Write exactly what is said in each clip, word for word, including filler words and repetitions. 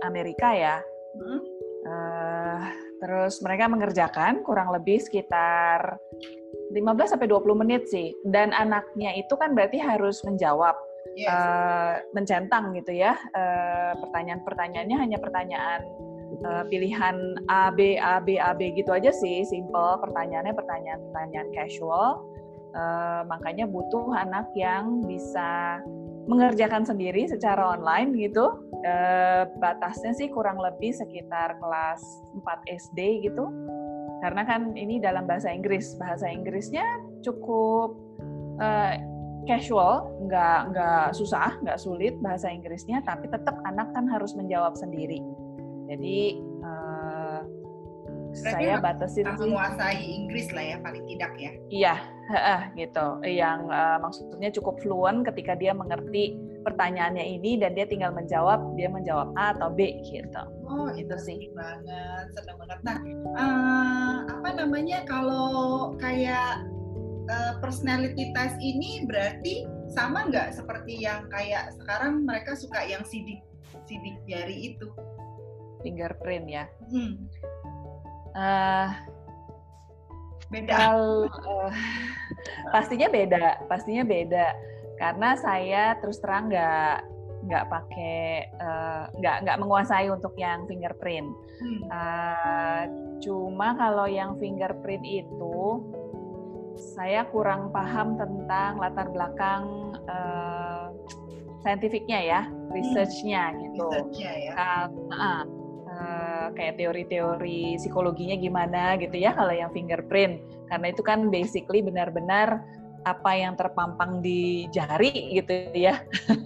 Amerika ya. Hmm. Uh, terus mereka mengerjakan kurang lebih sekitar lima belas sampai dua puluh menit sih. Dan anaknya itu kan berarti harus menjawab, yes. uh, mencentang gitu ya. Uh, pertanyaan-pertanyaannya hanya pertanyaan uh, pilihan A, B, A, B, A, B gitu aja sih. Simple, pertanyaannya pertanyaan-pertanyaan casual. Uh, makanya butuh anak yang bisa mengerjakan sendiri secara online gitu. Uh, batasnya sih kurang lebih sekitar kelas empat S D gitu. Karena kan ini dalam bahasa Inggris, bahasa Inggrisnya cukup uh, casual, nggak nggak susah, nggak sulit bahasa Inggrisnya, tapi tetap anak kan harus menjawab sendiri. Jadi uh, saya batasin sih menguasai Inggris lah ya paling tidak ya. Iya, uh, gitu. Yang uh, maksudnya cukup fluent ketika dia mengerti pertanyaannya ini dan dia tinggal menjawab, dia menjawab A atau B gitu. Oh, itu sih banget, senang banget. Nah, uh, apa namanya kalau kayak uh, personality test ini berarti sama nggak seperti yang kayak sekarang mereka suka yang sidik sidik jari itu? Fingerprint ya. Hmm. Uh, beda. Kalau, uh, pastinya beda, pastinya beda. Karena saya terus terang nggak nggak pakai uh, nggak nggak menguasai untuk yang fingerprint. Hmm. Uh, cuma kalau yang fingerprint itu saya kurang paham tentang latar belakang uh, saintifiknya ya, research-nya hmm. gitu. Research-nya ya. Uh, uh, uh, kayak teori-teori psikologinya gimana gitu ya kalau yang fingerprint. Karena itu kan basically benar-benar apa yang terpampang di jari gitu ya.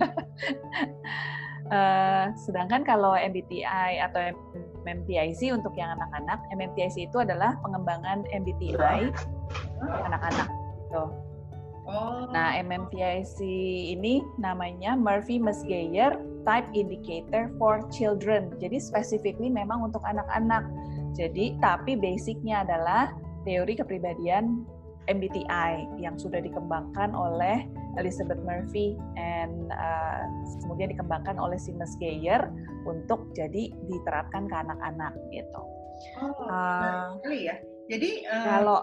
uh, sedangkan kalau M B T I atau M M T I C untuk yang anak-anak, M M T I C itu adalah pengembangan M B T I anak-anak. Gitu. Oh. Nah, M M T I C ini namanya Murphy-Mesgeyer Type Indicator for Children. Jadi specifically memang untuk anak-anak. Jadi tapi basicnya adalah teori kepribadian M B T I yang sudah dikembangkan oleh Elizabeth Murphy and uh, kemudian dikembangkan oleh si Mesgeyer untuk jadi diterapkan ke anak-anak gitu. Oh, uh, sekali ya. Jadi uh, kalau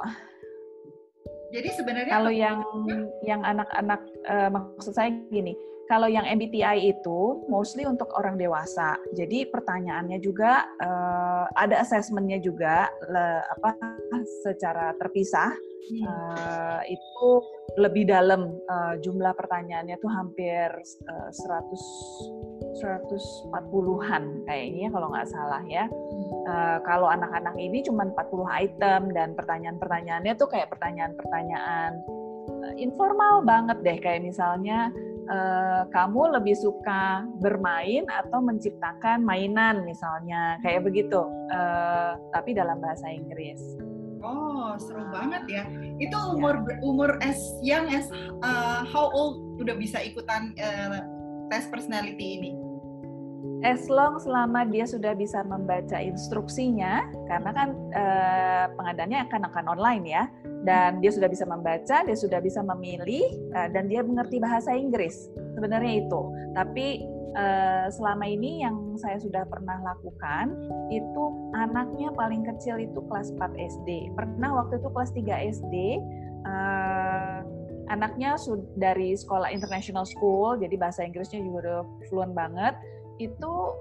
jadi sebenarnya kalau yang yang anak-anak uh, maksud saya gini, kalau yang M B T I itu mostly untuk orang dewasa. Jadi pertanyaannya juga uh, ada assessment-nya juga le, apa secara terpisah. Hmm. Uh, itu lebih dalam, uh, jumlah pertanyaannya tuh hampir uh, seratus, seratus empat puluhan kayaknya kalau nggak salah ya. Uh, kalau anak-anak ini cuma empat puluh item dan pertanyaan-pertanyaannya tuh kayak pertanyaan-pertanyaan uh, informal banget deh, kayak misalnya uh, kamu lebih suka bermain atau menciptakan mainan misalnya, kayak begitu, uh, tapi dalam bahasa Inggris. Oh, seru banget ya. Itu umur ya. umur as young as uh, how old udah bisa ikutan uh, tes personality ini? As long selama dia sudah bisa membaca instruksinya, karena kan uh, pengadaannya akan akan online ya, dan dia sudah bisa membaca, dia sudah bisa memilih, uh, dan dia mengerti bahasa Inggris. Sebenarnya itu. Tapi uh, selama ini yang saya sudah pernah lakukan, itu anaknya paling kecil itu kelas empat S D. Pernah waktu itu kelas tiga S D, uh, anaknya dari sekolah international school, jadi bahasa Inggrisnya juga udah fluent banget. Itu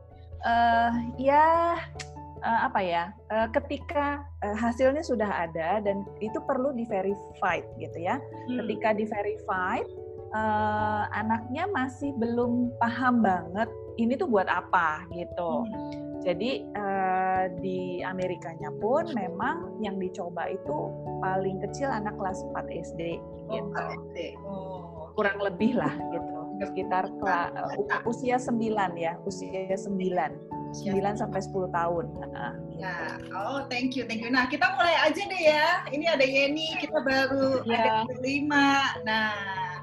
uh, ya uh, apa ya, uh, ketika uh, hasilnya sudah ada dan itu perlu di-verified gitu ya. Hmm. Ketika di-verified, uh, anaknya masih belum paham banget ini tuh buat apa gitu. Hmm. Jadi uh, di Amerikanya pun memang yang dicoba itu paling kecil anak kelas empat S D gitu. Oh, oh. Kurang lebih lah gitu. Sekitar kela, uh, usia sembilan ya, usia sembilan. sembilan sampai sepuluh tahun. Nah, gitu. Nah, oh thank you, thank you. Nah, kita mulai aja deh ya. Ini ada Yeni, kita baru yeah. ada berlima. Nah,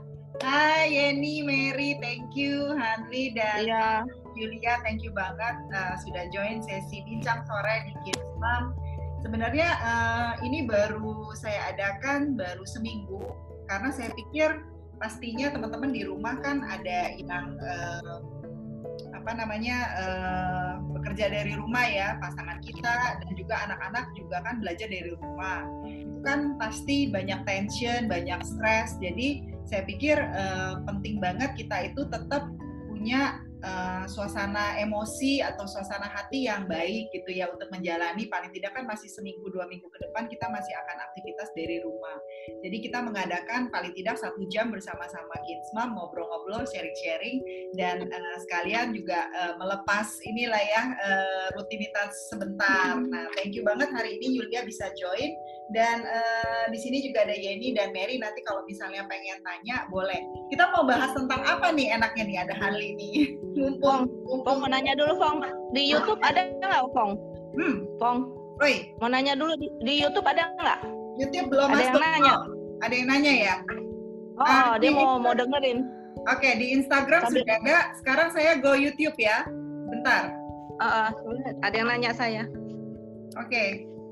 hai Yeni, Mary, thank you, Hanli dan yeah. Julia, thank you banget uh, sudah join sesi bincang sore di Kids Mom. Sebenarnya uh, ini baru saya adakan baru seminggu karena saya pikir pastinya teman-teman di rumah kan ada yang uh, apa namanya uh, bekerja dari rumah ya, pasangan kita dan juga anak-anak juga kan belajar dari rumah. Itu kan pasti banyak tension, banyak stres. Jadi saya pikir uh, penting banget kita itu tetap punya uh, suasana emosi atau suasana hati yang baik gitu ya untuk menjalani, paling tidak kan masih seminggu dua minggu ke depan kita masih akan aktivitas dari rumah. Jadi kita mengadakan paling tidak satu jam bersama-sama Kids Mom, ngobrol-ngobrol, sharing-sharing, dan uh, sekalian juga uh, melepas inilah ya uh, rutinitas sebentar. Nah, thank you banget hari ini Yulia bisa join, dan uh, di sini juga ada Yeni dan Mary. Nanti kalau misalnya pengen tanya boleh. Kita mau bahas tentang apa nih enaknya nih, ada Hanli nih. Fong, Fong mau nanya dulu Fong. Di YouTube ada nggak Fong? Hmm. Fong. Oi. Mau nanya dulu di, di YouTube ada nggak? YouTube belum ada masuk. Yang nanya. Oh, ada yang nanya ya? Oh, uh, dia mau mau dengerin. Oke, okay, di Instagram Sambil. Sudah ada. Sekarang saya go YouTube ya. Bentar. Uh, uh, ada yang nanya saya. Oke. Okay.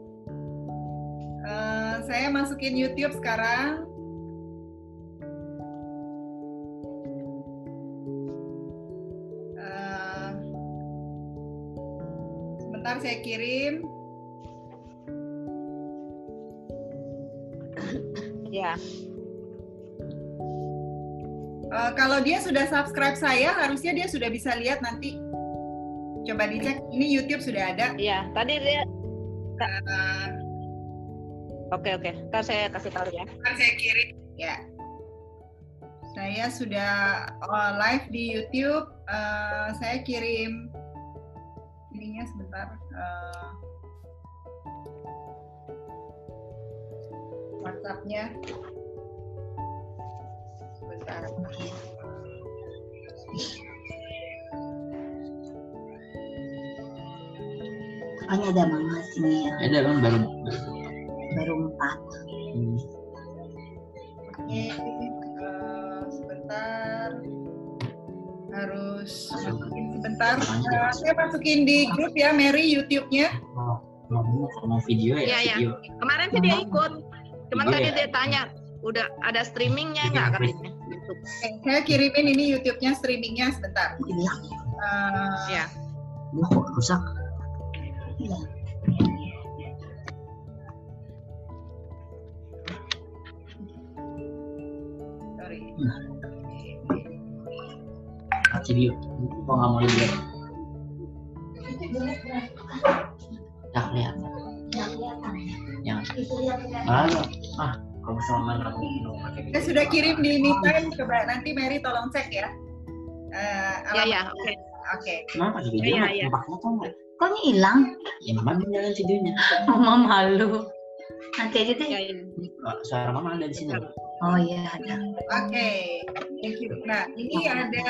Uh, saya masukin YouTube sekarang. Uh, sebentar saya kirim. Ya. Uh, kalau dia sudah subscribe saya, harusnya dia sudah bisa lihat nanti. Coba dicek. Ini YouTube sudah ada. Iya. Tadi dia. Uh, Oke oke, ntar saya kasih tahu ya. Ntar saya kirim. Ya. Saya sudah uh, live di YouTube. Uh, saya kirim ininya sebentar. Uh, WhatsApp-nya. Sebentar. Hanya ada mama sini ya. Ada kan baru baru empat. Hmm. Oke, uh, sebentar. Harus masukin sebentar. Uh, saya masukin di grup ya, Mary, YouTube-nya. Oh, mau mau video ya? Iya, video. Ya. Kemarin sih dia ikut. Cuman video tadi ya? dia tanya, udah ada streamingnya nggak katanya? Oke, saya kirimin ini YouTube-nya, streamingnya sebentar. Iya. Uh, ya. Kok rusak? Iya. Sorry. Kasih video. Kok nggak mau lihat? Nggak lihat. Yang ada. Ah, kamu sama aku. Saya sudah kirim di Anytime. Coba nanti Mary tolong cek ya. Uh, Ya ya, oke. Oke. Okay. Kenapa kasih video? Iya, iya. Nampaknya tuh nggak? Kok ini hilang? Ya mama jalan videonya. Mama malu. Nanti aja deh. Ya, ya. Suara mama ada di sini. Oh iya ada. Oke, okay. Thank you. Nah, ini ada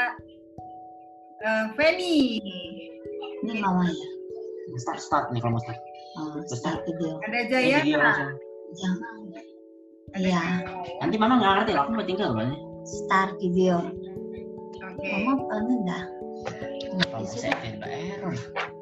uh, Feni. Ini mama ya. Start start nih kalau mau start. Oh, start video. Ada Video Jaya. langsung. Jangan. Iya. Nanti mama nggak ngerti, aku mau tinggal kan? Start video. Oke. Okay. Mama pernah dah. Kalau saya tidak error.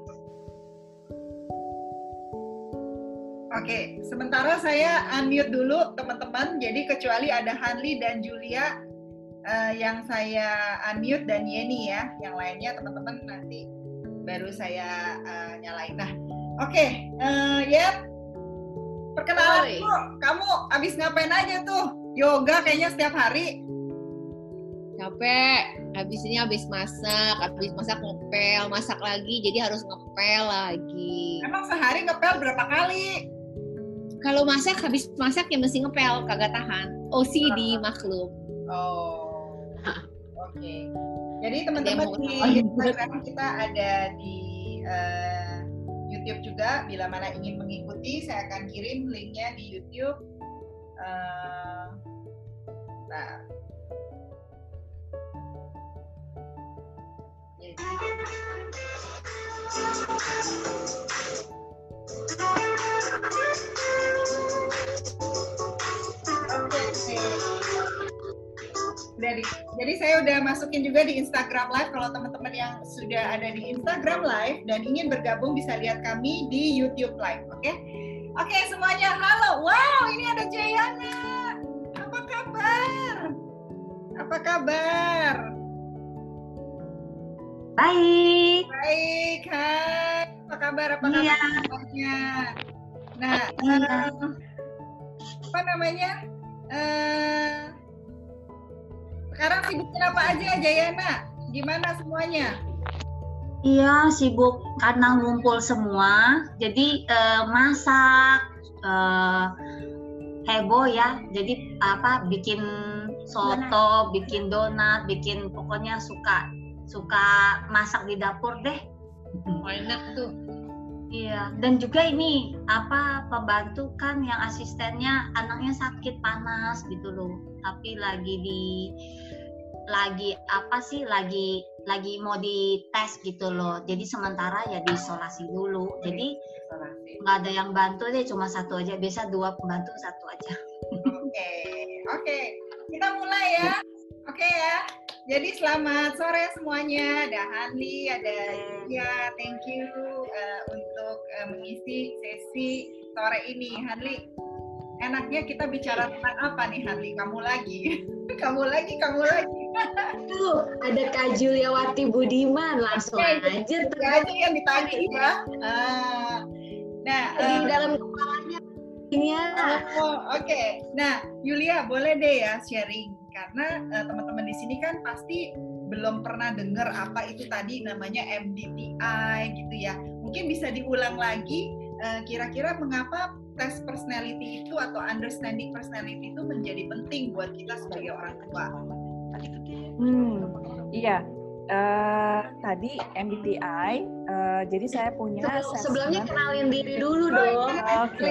Oke, okay. Sementara saya unmute dulu teman-teman. Jadi kecuali ada Hanli dan Julia uh, yang saya unmute dan Yeni ya. Yang lainnya teman-teman nanti baru saya uh, nyalain. Nah, oke, okay. uh, ya. Perkenalan dulu. Kamu abis ngapain aja tuh? Yoga kayaknya setiap hari. Capek, habis ini habis masak, habis masak ngepel, masak lagi, jadi harus ngepel lagi. Emang sehari ngepel berapa kali? Kalau masak, habis masak ya mesti ngepel, kagak tahan. O C D maklum. Oh, oke. Okay. Jadi teman-teman Ada di yang Instagram kita ada di uh, YouTube juga. Bila mana ingin mengikuti, saya akan kirim linknya di YouTube. Uh, nah. Jadi, jadi saya udah masukin juga di Instagram Live. Kalau teman-teman yang sudah ada di Instagram Live dan ingin bergabung bisa lihat kami di YouTube Live, oke? Okay? Oke okay, semuanya, halo. Wow, ini ada Jayana. Apa kabar? Apa kabar? Baik. Baik, hai. Apa kabar? Apa Iya. kabarnya? Nah, uh, apa namanya? Uh, sekarang sibukin apa aja, Jayana? Gimana semuanya? Iya, sibuk karena ngumpul semua. Jadi eh, masak, eh, heboh ya. Jadi apa? Bikin soto, bikin donat, bikin pokoknya suka suka masak di dapur deh. Oh, enak tuh. Iya, dan juga ini apa pembantu kan yang asistennya anaknya sakit panas gitu loh. Tapi lagi di lagi apa sih lagi lagi mau dites gitu loh. Jadi sementara ya diisolasi dulu. Jadi nggak ada yang bantu deh, cuma satu aja. Biasa dua pembantu, satu aja. Oke, oke. Kita mulai ya. Oke ya. Jadi selamat sore semuanya. Ada Hanli, ada Yulia. Thank you uh, untuk uh, mengisi sesi sore ini. Hanli, enaknya kita bicara tentang apa nih Hanli? Kamu lagi, kamu lagi, kamu lagi. Tuh, ada Kak Juliawati Budiman, langsung Oke, aja tuh. aja yang ditagih ya. Uh, nah, Di uh, dalam kepalanya. Oh, oke. Okay. Nah, Yulia boleh deh ya sharing karena uh, teman-teman di sini kan pasti belum pernah dengar apa itu tadi namanya M B T I gitu ya. Mungkin bisa diulang lagi uh, kira-kira mengapa tes personality itu atau understanding personality itu menjadi penting buat kita sebagai orang tua. Hmm, iya. Uh, tadi M B T I, uh, jadi saya punya Sebelum, sebelumnya kenalin diri dulu Oh, dong. Oke.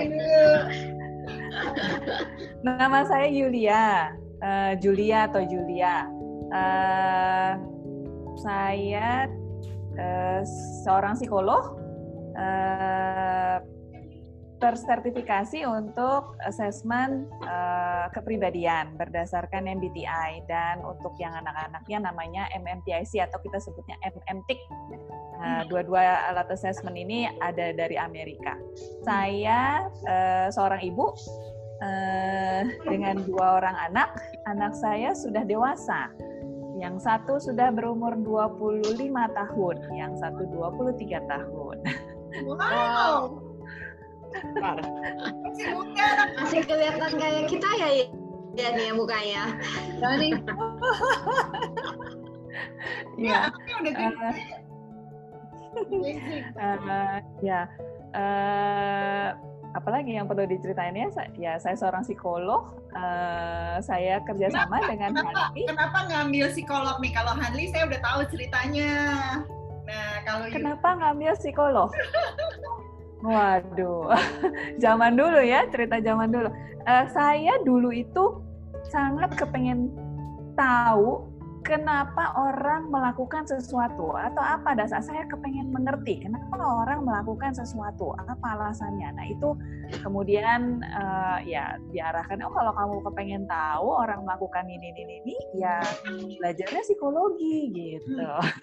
Nama saya Yulia, uh, Julia atau Julia. Uh, saya uh, seorang psikolog, uh, tersertifikasi untuk asesmen uh, kepribadian berdasarkan M B T I, dan untuk yang anak-anaknya namanya M M T I C atau kita sebutnya M M T I C. Uh, dua-dua alat asesmen ini ada dari Amerika. Saya uh, seorang ibu uh, dengan dua orang anak. Anak saya sudah dewasa. Yang satu sudah berumur dua puluh lima tahun, yang satu dua puluh tiga tahun. Wow. Masih muda. Masih kelihatan kayak kita ya, ya nih ya mukanya. Jadi, Ya, anaknya udah gede. Uh, ya, uh, apalagi yang perlu diceritain ya? Ya, saya seorang psikolog. Uh, saya kerjasama Kenapa? dengan Kenapa? Hanli. Kenapa ngambil psikolog nih? Kalau Hanli saya udah tahu ceritanya. Nah, kalau Kenapa ngambil psikolog? Waduh, zaman dulu ya, cerita zaman dulu. Uh, saya dulu itu sangat kepengen tahu kenapa orang melakukan sesuatu atau apa dasar. Saya kepengen mengerti kenapa orang melakukan sesuatu, apa alasannya. Nah itu kemudian uh, ya diarahkan, oh kalau kamu kepengen tahu orang melakukan ini ini ini, ya belajarnya psikologi gitu.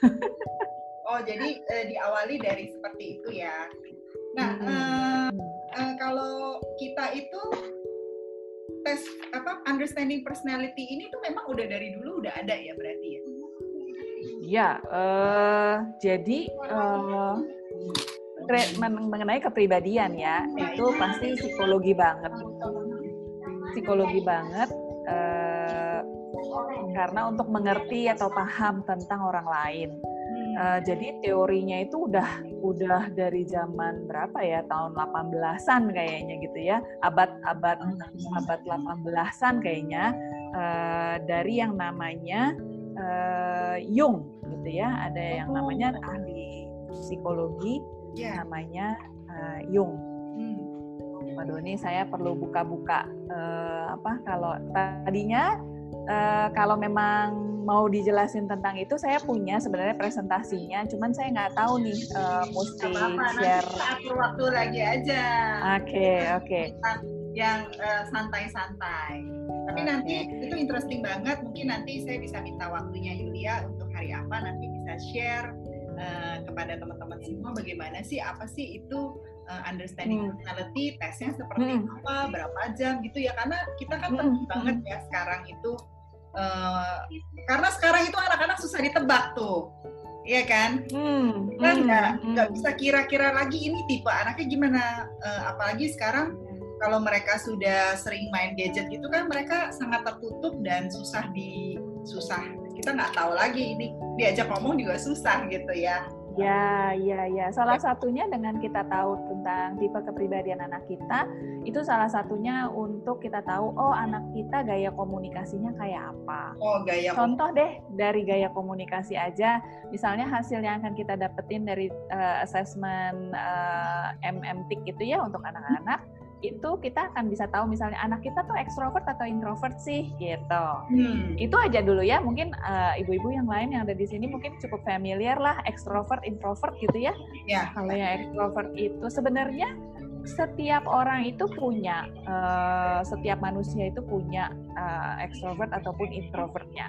Oh jadi eh, diawali dari seperti itu ya. Nah Hmm. eh, eh, kalau kita itu tes apa understanding personality ini tuh memang udah dari dulu udah ada ya berarti ya? Ya, uh, jadi uh, mengenai kepribadian ya, itu pasti psikologi banget, psikologi banget, uh, karena untuk mengerti atau paham tentang orang lain. Uh, jadi teorinya itu udah udah dari zaman berapa ya, tahun delapan belasan kayaknya gitu ya, abad abad abad delapan belasan kayaknya, uh, dari yang namanya uh, Jung gitu ya, ada yang namanya ahli psikologi Yeah. namanya uh, Jung. Hmm. Waduh, ini saya perlu buka-buka uh, apa kalau tadinya uh, kalau memang mau dijelasin tentang itu saya punya sebenarnya presentasinya, cuman saya nggak tahu nih uh, mesti Apa-apa, share. nanti kita atur waktu lagi aja. Oke okay, oke. Okay. Yang uh, santai-santai. Tapi Okay. nanti itu interesting banget. Mungkin nanti saya bisa minta waktunya Yulia untuk hari apa, nanti bisa share uh, kepada teman-teman semua bagaimana sih, apa sih itu uh, understanding Hmm. personality, tesnya seperti Hmm. apa, berapa jam gitu ya. Karena kita kan Hmm. penting banget ya sekarang itu. Uh, karena sekarang itu anak-anak susah ditebak tuh. Iya kan? Hmm, Kita nggak hmm, nggak hmm. bisa kira-kira lagi ini tipe anaknya gimana. Uh, apalagi sekarang kalau mereka sudah sering main gadget gitu kan mereka sangat tertutup dan susah di susah. Kita nggak tahu lagi ini diajak ngomong juga susah gitu ya. Ya, ya, ya. Salah satunya dengan kita tahu tentang tipe kepribadian anak kita, itu salah satunya untuk kita tahu, oh anak kita gaya komunikasinya kayak apa. Oh, gaya Contoh deh, dari gaya komunikasi aja, misalnya hasil yang akan kita dapetin dari uh, assessment uh, M M T I C itu ya untuk anak-anak, itu kita akan bisa tahu misalnya anak kita tuh ekstrovert atau introvert sih gitu. Hmm. Itu aja dulu ya, mungkin uh, ibu-ibu yang lain yang ada di sini mungkin cukup familiar lah ekstrovert introvert gitu ya. Ya. Kalau yang ekstrovert itu sebenarnya setiap orang itu punya, uh, setiap manusia itu punya uh, ekstrovert ataupun introvertnya.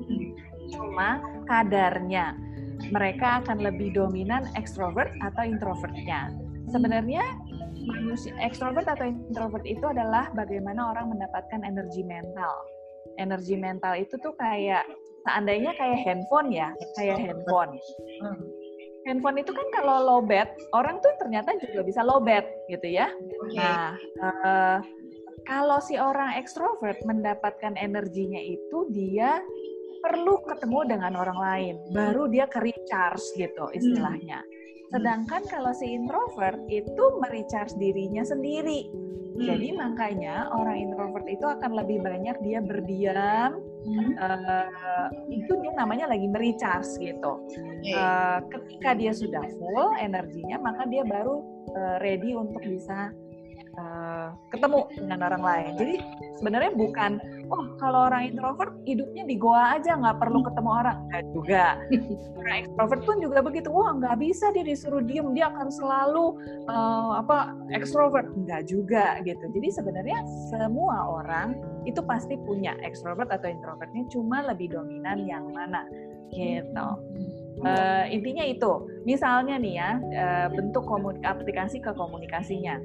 Cuma kadarnya mereka akan lebih dominan ekstrovert atau introvertnya. Sebenarnya manusia ekstrovert atau introvert itu adalah bagaimana orang mendapatkan energi mental. Energi mental itu tuh kayak seandainya kayak handphone ya, kayak handphone. Hmm. Handphone itu kan kalau lowbat, orang tuh ternyata juga bisa lowbat gitu ya. Okay. Nah, uh, kalau si orang ekstrovert mendapatkan energinya itu dia perlu ketemu dengan orang lain, baru dia ke recharge gitu istilahnya. Sedangkan kalau si introvert itu merecharge dirinya sendiri. Hmm. Jadi makanya orang introvert itu akan lebih banyak dia berdiam. Hmm. Uh, itu dia namanya lagi merecharge gitu. Uh, ketika dia sudah full energinya, maka dia baru uh, ready untuk bisa uh, ketemu dengan orang lain. Jadi sebenarnya bukan, oh kalau orang introvert hidupnya di goa aja nggak perlu ketemu orang, nggak juga. Orang ekstrovert pun juga begitu, wah nggak bisa dia disuruh diem, dia akan selalu uh, apa ekstrovert, nggak juga gitu. Jadi sebenarnya semua orang itu pasti punya ekstrovert atau introvertnya, cuma lebih dominan yang mana gitu. Uh, intinya itu, misalnya nih ya uh, bentuk komunik- aplikasi ke komunikasinya.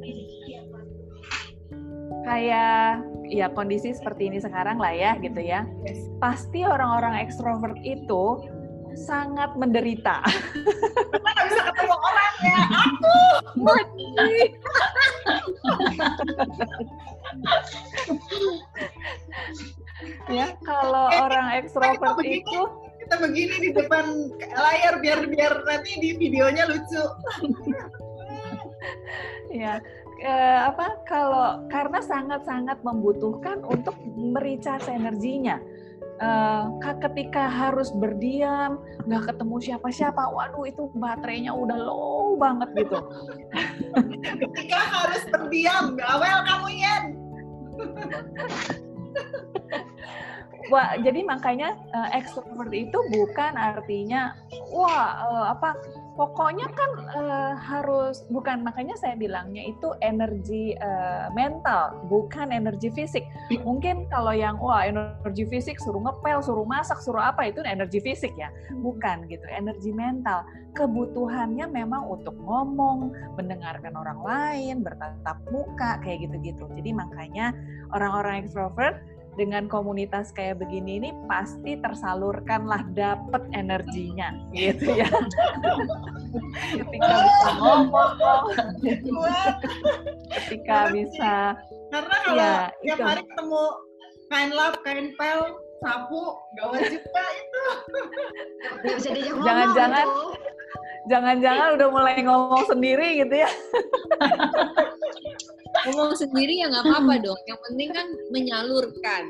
Kayak ya kondisi seperti ini sekarang lah ya gitu ya. Pasti orang-orang ekstrovert itu sangat menderita. Karena nggak bisa ketemu orang ya. Aku mati. Ya kalau eh, orang ekstrovert itu kita begini di depan layar biar biar nanti di videonya lucu. Ya. Eh, apa kalau karena sangat-sangat membutuhkan untuk merecharge energinya. Eh, ketika harus berdiam, nggak ketemu siapa-siapa, waduh itu baterainya udah low banget gitu. Ketika harus berdiam, gawel kamu Yen. Wah, jadi makanya uh, extrovert itu bukan artinya wah uh, apa pokoknya kan uh, harus bukan, makanya saya bilangnya itu energi uh, mental bukan energi fisik. Mungkin kalau yang wah energi fisik suruh ngepel, suruh masak, suruh apa itu energi fisik ya, bukan gitu. Energi mental kebutuhannya memang untuk ngomong, mendengarkan orang lain, bertatap muka kayak gitu-gitu. Jadi makanya orang-orang extrovert dengan komunitas kayak begini ini pasti tersalurkan lah, dapet energinya gitu ya. Ketika bisa ngomong, ketika bisa, karena kalau ya, tiap itu. hari ketemu kain lap, kain pel, sapu, gawat juga itu. Nggak bisa diajak ngomong. Jangan-jangan, gitu. jangan-jangan udah mulai ngomong sendiri gitu ya. Ngomong sendiri ya nggak apa-apa dong. Yang penting kan menyalurkan.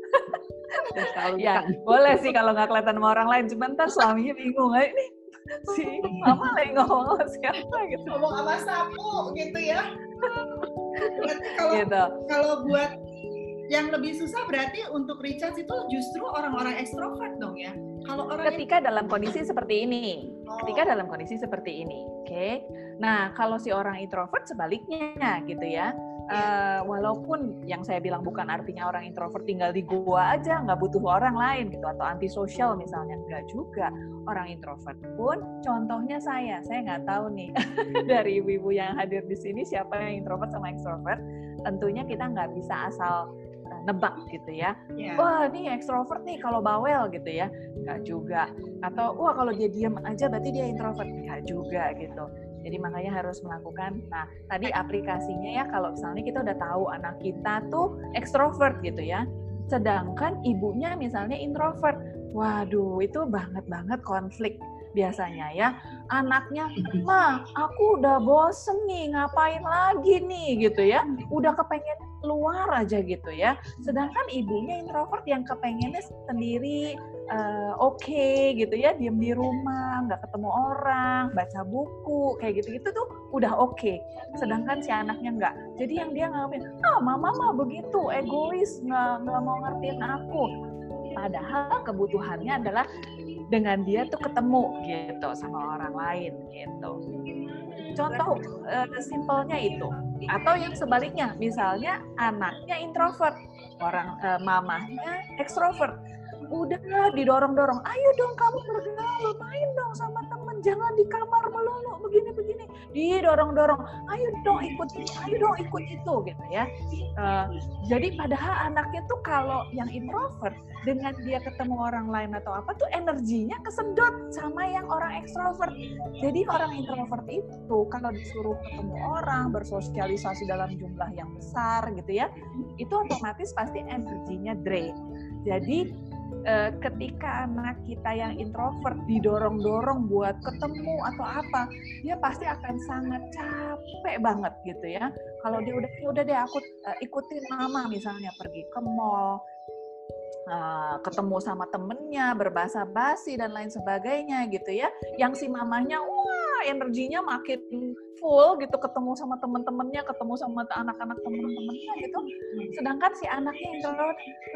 Ya boleh sih kalau nggak kelihatan sama orang lain. Cuma ntar suaminya bingung, ini si mama lagi ngomong sama siapa gitu. Ngomong sama sapu gitu ya. Berarti kalau Gitu. kalau buat yang lebih susah berarti untuk recharge itu justru orang-orang ekstrovert dong ya. Kalau orang ketika yang... dalam kondisi seperti ini, oh. ketika dalam kondisi seperti ini, oke. Okay? Nah, kalau si orang introvert sebaliknya gitu ya. Uh, walaupun yang saya bilang bukan artinya orang introvert tinggal di gua aja, nggak butuh orang lain gitu, atau antisosial misalnya, nggak juga. Orang introvert pun, contohnya saya, saya nggak tahu nih dari ibu-ibu yang hadir di sini siapa yang introvert sama extrovert. Tentunya kita nggak bisa asal nebak gitu ya. Yeah. Wah, ini ekstrovert nih kalau bawel gitu ya. Enggak juga. Atau wah kalau dia diam aja berarti dia introvert. Enggak juga gitu. Jadi makanya harus melakukan, nah tadi aplikasinya ya kalau misalnya kita udah tahu anak kita tuh ekstrovert gitu ya, sedangkan ibunya misalnya introvert, waduh itu banget banget konflik biasanya ya. Anaknya, ma aku udah bosen nih ngapain lagi nih gitu ya, udah kepengen keluar aja gitu ya, sedangkan ibunya introvert yang kepengennya sendiri, uh, oke okay, gitu ya, diem di rumah, nggak ketemu orang, baca buku, kayak gitu-gitu tuh udah oke. Okay. Sedangkan si anaknya nggak. Jadi yang dia ngalamin, ah mama mah begitu, egois, nggak nggak mau ngertiin aku. Padahal kebutuhannya adalah dengan dia tuh ketemu gitu sama orang lain gitu. Contoh uh, simpelnya itu. Atau yang sebaliknya, misalnya anaknya introvert, orang uh, mamahnya ekstrovert. Udah didorong-dorong, ayo dong kamu bergaul, main dong sama temen, jangan di kamar melulu, begini-begini. Didorong-dorong, ayo dong ikut ini, ayo dong ikut itu, gitu ya. Uh, jadi padahal anaknya tuh kalau yang introvert, dengan dia ketemu orang lain atau apa tuh energinya kesedot sama yang orang ekstrovert. Jadi orang introvert itu kalau disuruh ketemu orang, bersosialisasi dalam jumlah yang besar gitu ya, itu otomatis pasti energinya drain. Jadi Uh, ketika anak kita yang introvert didorong-dorong buat ketemu atau apa, dia pasti akan sangat capek banget gitu ya. Kalau dia udah udah deh aku uh, ikutin mama misalnya pergi ke mall, uh, ketemu sama temennya, berbahasa basi dan lain sebagainya gitu ya. Yang si mamanya wah energinya makin full gitu, ketemu sama temen-temennya, ketemu sama anak-anak temen-temennya gitu. Sedangkan si anaknya introvert,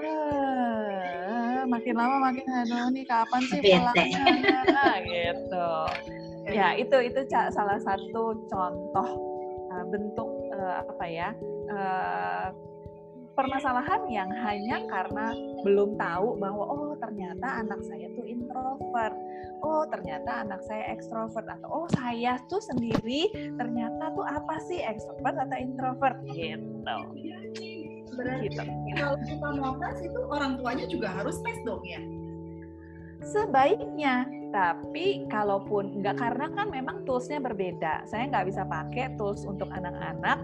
uh, makin lama makin aduh nih kapan sih pulangnya gitu. Ya itu itu salah satu contoh uh, bentuk uh, apa ya uh, permasalahan yang hanya karena belum tahu bahwa oh ternyata anak saya tuh introvert, oh ternyata anak saya ekstrovert, atau oh saya tuh sendiri ternyata tuh apa sih ekstrovert atau introvert gitu. Berarti gitu. Kalau kita mau tes itu orang tuanya juga harus tes dong ya? Sebaiknya, tapi kalaupun enggak, karena kan memang toolsnya berbeda. Saya nggak bisa pakai tools untuk anak-anak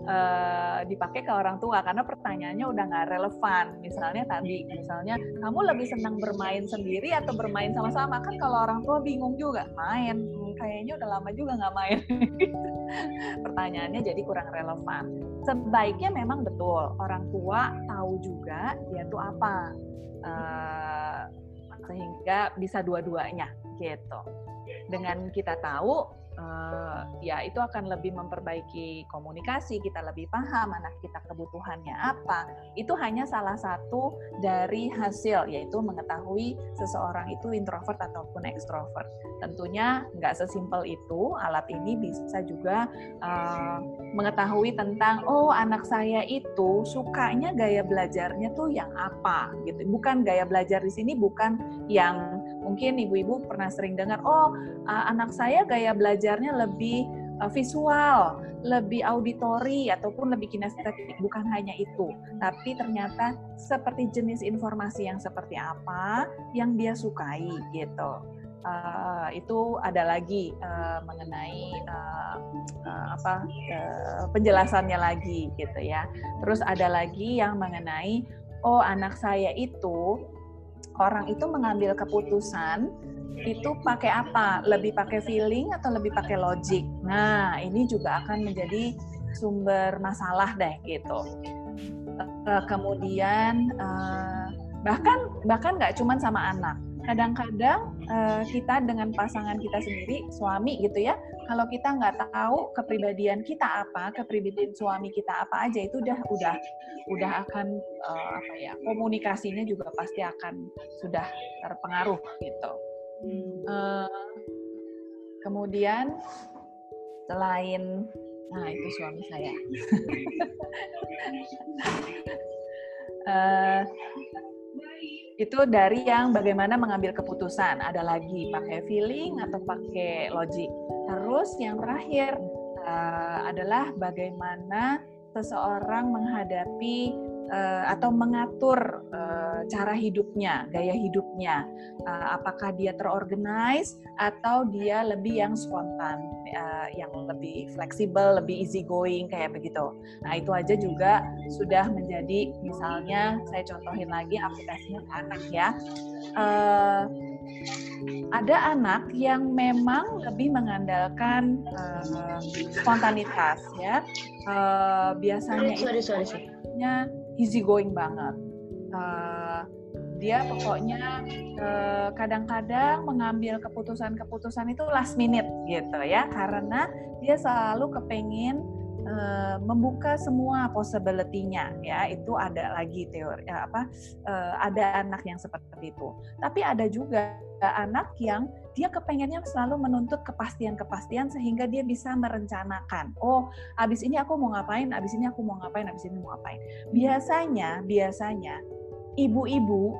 Uh, dipakai ke orang tua karena pertanyaannya udah nggak relevan. Misalnya tadi, misalnya kamu lebih senang bermain sendiri atau bermain sama-sama, kan kalau orang tua bingung juga, main hmm, kayaknya udah lama juga nggak main. Pertanyaannya jadi kurang relevan. Sebaiknya memang betul orang tua tahu juga dia tuh apa, uh, sehingga bisa dua-duanya gitu. Dengan kita tahu, Uh, ya itu akan lebih memperbaiki komunikasi, kita lebih paham anak kita kebutuhannya apa. Itu hanya salah satu dari hasil, yaitu mengetahui seseorang itu introvert ataupun ekstrovert. Tentunya nggak sesimpel itu, alat ini bisa juga uh, mengetahui tentang, oh anak saya itu sukanya gaya belajarnya tuh yang apa, gitu. Bukan gaya belajar di sini, bukan yang mungkin ibu-ibu pernah sering dengar, oh uh, anak saya gaya belajarnya lebih uh, visual, lebih auditori, ataupun lebih kinestetik. Bukan hanya itu, tapi ternyata seperti jenis informasi yang seperti apa yang dia sukai gitu. Uh, itu ada lagi uh, mengenai uh, uh, apa uh, penjelasannya lagi gitu ya. Terus ada lagi yang mengenai, oh anak saya itu orang itu mengambil keputusan itu pakai apa? Lebih pakai feeling atau lebih pakai logik? Nah, ini juga akan menjadi sumber masalah deh gitu. Uh, kemudian uh, bahkan bahkan nggak cuma sama anak. Kadang-kadang uh, kita dengan pasangan kita sendiri, suami gitu ya, kalau kita nggak tahu kepribadian kita apa, kepribadian suami kita apa aja, itu udah udah udah akan uh, apa ya, komunikasinya juga pasti akan sudah terpengaruh gitu. Uh, kemudian selain, nah itu suami saya. uh, itu dari yang bagaimana mengambil keputusan, ada lagi pakai feeling atau pakai logik. Terus yang terakhir uh, adalah bagaimana seseorang menghadapi uh, atau mengatur uh, cara hidupnya, gaya hidupnya. Uh, apakah dia terorganize atau dia lebih yang spontan, uh, yang lebih fleksibel, lebih easy going kayak begitu. Nah itu aja juga sudah menjadi, misalnya saya contohin lagi aplikasinya ke anak ya. Uh, ada anak yang memang lebih mengandalkan uh, spontanitas ya. Uh, biasanya sorry, sorry, sorry. itu easy going banget. Uh, dia pokoknya uh, kadang-kadang mengambil keputusan-keputusan itu last minute gitu ya, karena dia selalu kepengin uh, membuka semua possibility-nya ya. Itu ada lagi teori ya, apa uh, ada anak yang seperti itu. Tapi ada juga anak yang dia kepengennya selalu menuntut kepastian-kepastian sehingga dia bisa merencanakan. Oh, abis ini aku mau ngapain, abis ini aku mau ngapain, abis ini mau ngapain. Biasanya, biasanya ibu-ibu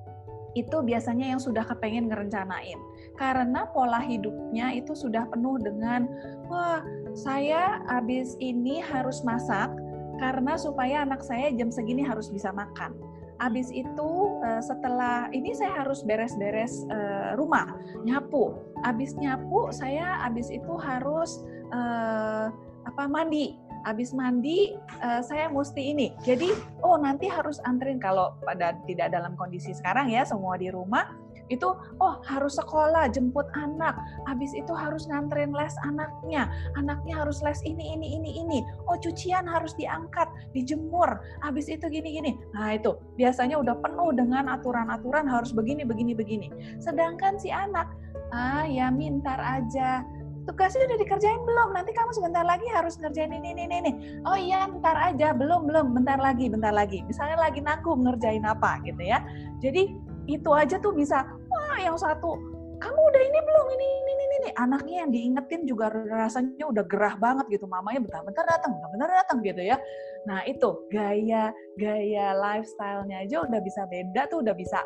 itu biasanya yang sudah kepengen ngerencanain. Karena pola hidupnya itu sudah penuh dengan, wah saya abis ini harus masak karena supaya anak saya jam segini harus bisa makan. Abis itu setelah ini saya harus beres-beres rumah, nyapu. Abis nyapu saya abis itu harus uh, apa mandi. Abis mandi uh, saya mesti ini. Jadi oh nanti harus anterin, kalau pada tidak dalam kondisi sekarang ya semua di rumah itu oh harus sekolah, jemput anak, habis itu harus nganterin les anaknya, anaknya harus les ini ini ini ini, oh cucian harus diangkat, dijemur, habis itu gini-gini. Nah itu biasanya udah penuh dengan aturan-aturan harus begini begini begini. Sedangkan si anak ah ya mintar aja, tugasnya udah dikerjain belum? Nanti kamu sebentar lagi harus ngerjain ini, ini, ini. Oh iya, bentar aja. Belum, belum. Bentar lagi, bentar lagi. Misalnya lagi nanggung ngerjain apa gitu ya. Jadi itu aja tuh bisa, wah yang satu, kamu udah ini belum? Ini, ini, ini, ini. Anaknya yang diingetin juga rasanya udah gerah banget gitu. Mamanya bentar-bentar datang, bentar-bentar datang gitu ya. Nah itu, gaya gaya lifestyle-nya aja udah bisa beda tuh, udah bisa,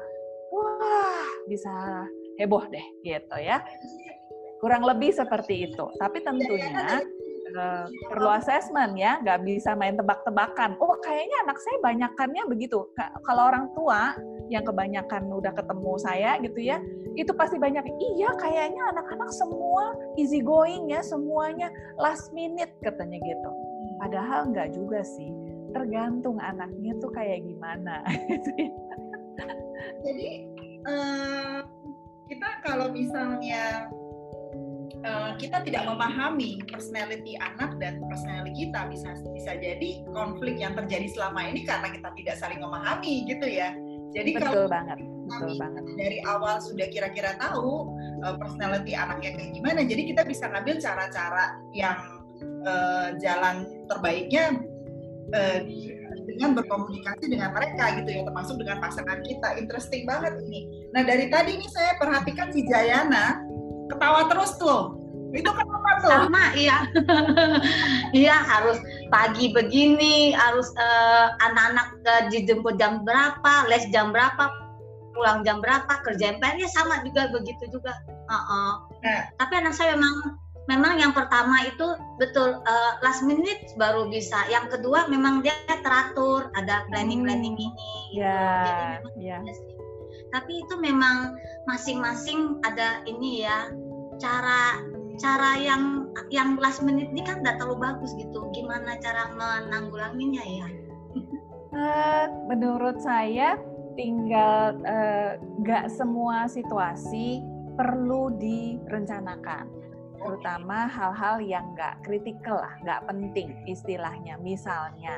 wah bisa heboh deh gitu ya. Kurang lebih seperti itu. Tapi tentunya uh, perlu assessment ya, nggak bisa main tebak-tebakan. Oh kayaknya anak saya banyakannya begitu. Kalau orang tua yang kebanyakan udah ketemu saya gitu ya, itu pasti banyak, iya kayaknya anak-anak semua easy going ya, semuanya last minute katanya gitu. Padahal nggak juga sih, tergantung anaknya tuh kayak gimana. Jadi uh, kita kalau misalnya Uh, kita tidak memahami personality anak dan personality kita, bisa bisa jadi konflik yang terjadi selama ini karena kita tidak saling memahami gitu ya. Jadi betul kalau banget, betul banget. Dari awal sudah kira-kira tahu uh, personality anaknya kayak gimana, jadi kita bisa ngambil cara-cara yang uh, jalan terbaiknya uh, dengan berkomunikasi dengan mereka gitu ya, termasuk dengan pasangan kita. Interesting banget ini. Nah dari tadi nih saya perhatikan si Jayana ketawa terus tuh. Itu kenapa tuh? Sama, iya. Iya, harus pagi begini, harus uh, anak-anak uh, dijemput jam berapa, les jam berapa, pulang jam berapa, kerjaan P R-nya sama juga begitu juga. Uh-uh. Nah. Tapi anak saya memang memang yang pertama itu betul uh, last minute baru bisa. Yang kedua memang dia teratur, ada planning-planning ini. Gitu. Yeah, Jadi memang yeah. Tapi itu memang masing-masing ada ini ya, cara cara yang yang last minute ini kan nggak terlalu bagus gitu. Gimana cara menanggulanginya ya? Uh, menurut saya tinggal nggak uh, semua situasi perlu direncanakan, terutama hal-hal yang nggak kritikal lah, nggak penting istilahnya. Misalnya,